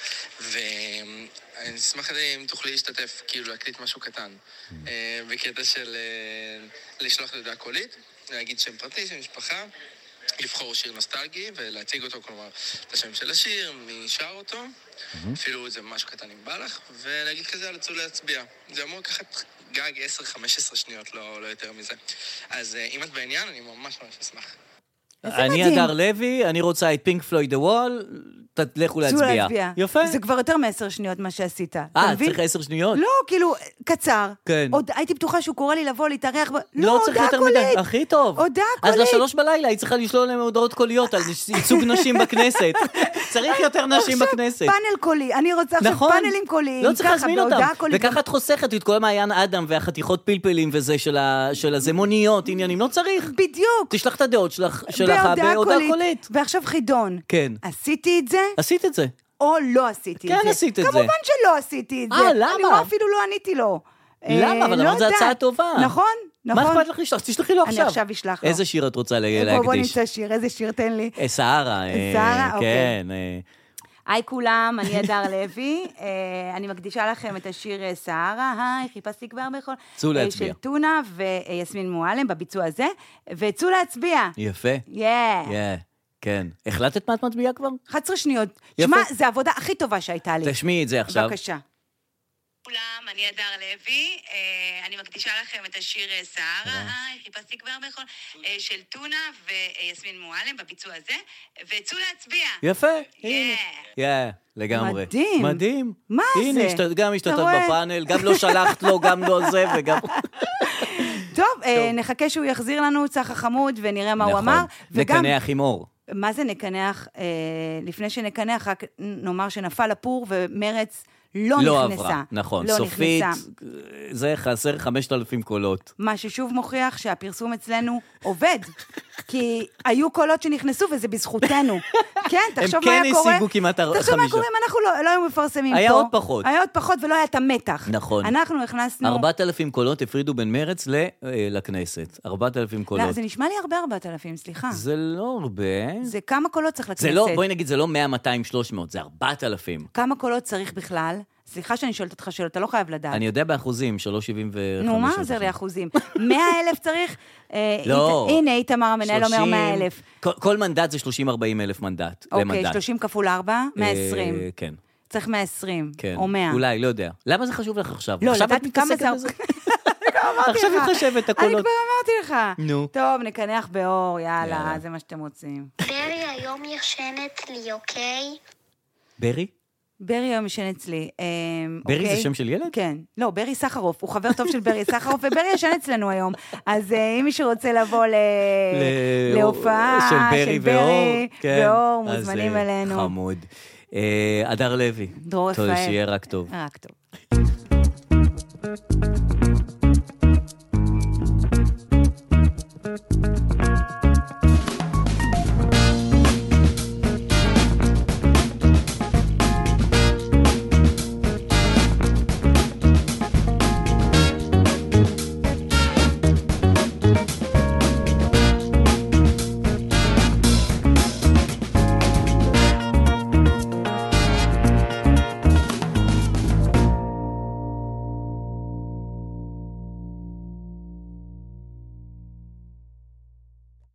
ואני אשמח אם תוכלי להשתתף, כאילו להקליט משהו קטן, בקטע של לשלוח לדעה קולית, להגיד שם פרטי, שם משפחה, לבחור שיר נוסטלגי ולהציג אותו, כלומר, את השם של השיר, מי שר אותו, אפילו זה משהו קטן אם בא לך, ולהגיד כזה, רצו להצביע. זה אמור לקחת גג עשר חמש עשרה שניות, לא, לא יותר מזה. אז אם את בעניין, אני ממש ממש אשמח. אני אדר לוי, אני רוצה את פינק פלויד הוול, תלכו להצביע. יפה. זה כבר יותר מעשר שניות מה שעשית. אה, צריך עשר שניות? לא, כאילו, קצר. כן. עוד הייתי בטוחה שהוא קורא לי לבוא, להתארח. לא, צריך יותר מדי. הכי טוב. הודעה קולית. אז לשלוש בלילה היא צריכה לשלול להם הודעות קוליות על ייצוג נשים בכנסת. צריך יותר נשים בכנסת. עכשיו פאנל קולי. אני רוצה עכשיו פאנלים קוליים. לא צריך להזמין אותם. וככה את חוסכת את כל מעיין אדם והחתיכות פלפלים וזה של הזמוניות, עניינים. לא צריך. בדיוק. תשלח את הדעות שלך בהודעה קולית. ועכשיו חידון. כן. עשיתי את זה? עשית את זה. או לא עשיתי את זה. כן, עשית את זה. כמובן שלא עשיתי את זה. אה, למה? אני אפילו לא עניתי לו. למה? אבל אמרת, זו הצעה טובה. נכון, נכון. מה אכפת לך לשלוח? תשלחי לו עכשיו. אני עכשיו אשלח לו. איזה שיר את רוצה להקדיש? בוא נמצא שיר, איזה שיר תן לי. סערה. סערה, אוקיי. כן. היי כולם, אני אדר לוי. אני מקדישה לכם את השיר סערה, היי, חיפשתי כבר בכל. צאו להצביע. של טונה ויסמין מועלם בביצוע הזה, וצאו להצביע. יפה. כן. כן. החלטת מה את מצביעה כבר? אחת עשרה שניות. שמע, זה העבודה הכי טובה שהייתה לי. תשמיעי את זה עכשיו. בבקשה. כולם, אני אדר לוי, אני מקדישה לכם את השיר סערה, היי, חיפשתי כבר בכל, של טונה ויסמין מועלם בביצוע הזה, וצאו להצביע. יפה, הנה. יא, לגמרי. מדהים. מדהים. מה זה? הנה, גם השתתפת בפאנל, גם לא שלחת לו, גם לא זה, וגם... טוב, נחכה שהוא יחזיר לנו צח החמוד, ונראה מה הוא אמר. וקנח עם אור. מה זה נקנח? לפני שנקנח, רק נאמר שנפל הפור ומרץ לא, לא נכנסה. עברה, נכון. לא סופית, נכנסה. זה חסר חמשת אלפים קולות. מה ששוב מוכיח שהפרסום אצלנו עובד. כי היו קולות שנכנסו וזה בזכותנו. כן, תחשוב מה היה קורה. הם כן השיגו כמעט חמישה. תחשוב מה קורה אם אנחנו לא, לא היו מפרסמים היה פה. היה עוד פחות. היה עוד פחות ולא היה את המתח. נכון. אנחנו הכנסנו... ארבעת אלפים קולות הפרידו בין מרץ לכנסת. ארבעת אלפים קולות. לא, זה נשמע לי הרבה ארבעת אלפים, סליחה. זה לא הרבה. זה כמה קולות צריך לכנסת. זה לא, בואי נגיד, זה לא מאה, מאתיים, שלוש מאות, זה ארבעת אלפים. כמה קולות צריך בכלל? סליחה שאני שואלת אותך שאלות, אתה לא חייב לדעת. אני יודע באחוזים, שלוש נקודה שבעים וחמש. נו, מה עוזר לי אחוזים? מאה אלף צריך? לא. הנה, איתמר המנהל אומר מאה אלף. כל מנדט זה שלושים ארבעים אלף מנדט. אוקיי, שלושים כפול ארבע, מאה ועשרים. כן. צריך מאה ועשרים, כן. או מאה. אולי, לא יודע. למה זה חשוב לך עכשיו? לא, לדעתי כמה זה... עכשיו מתחשב את הקולות. אני כבר אמרתי לך. נו. טוב, נקנח באור, יאללה, זה מה שאתם רוצים. ברי היום ישנת לי, אוקיי? ברי? ברי היום ישן אצלי. ברי זה שם של ילד? כן. לא, ברי סחרוף. הוא חבר טוב של ברי סחרוף, וברי ישן אצלנו היום. אז אם מישהו רוצה לבוא להופעה של ברי ואור, מוזמנים אלינו. חמוד. הדר לוי. דרור רפאל. תודה שיהיה רק טוב. רק טוב.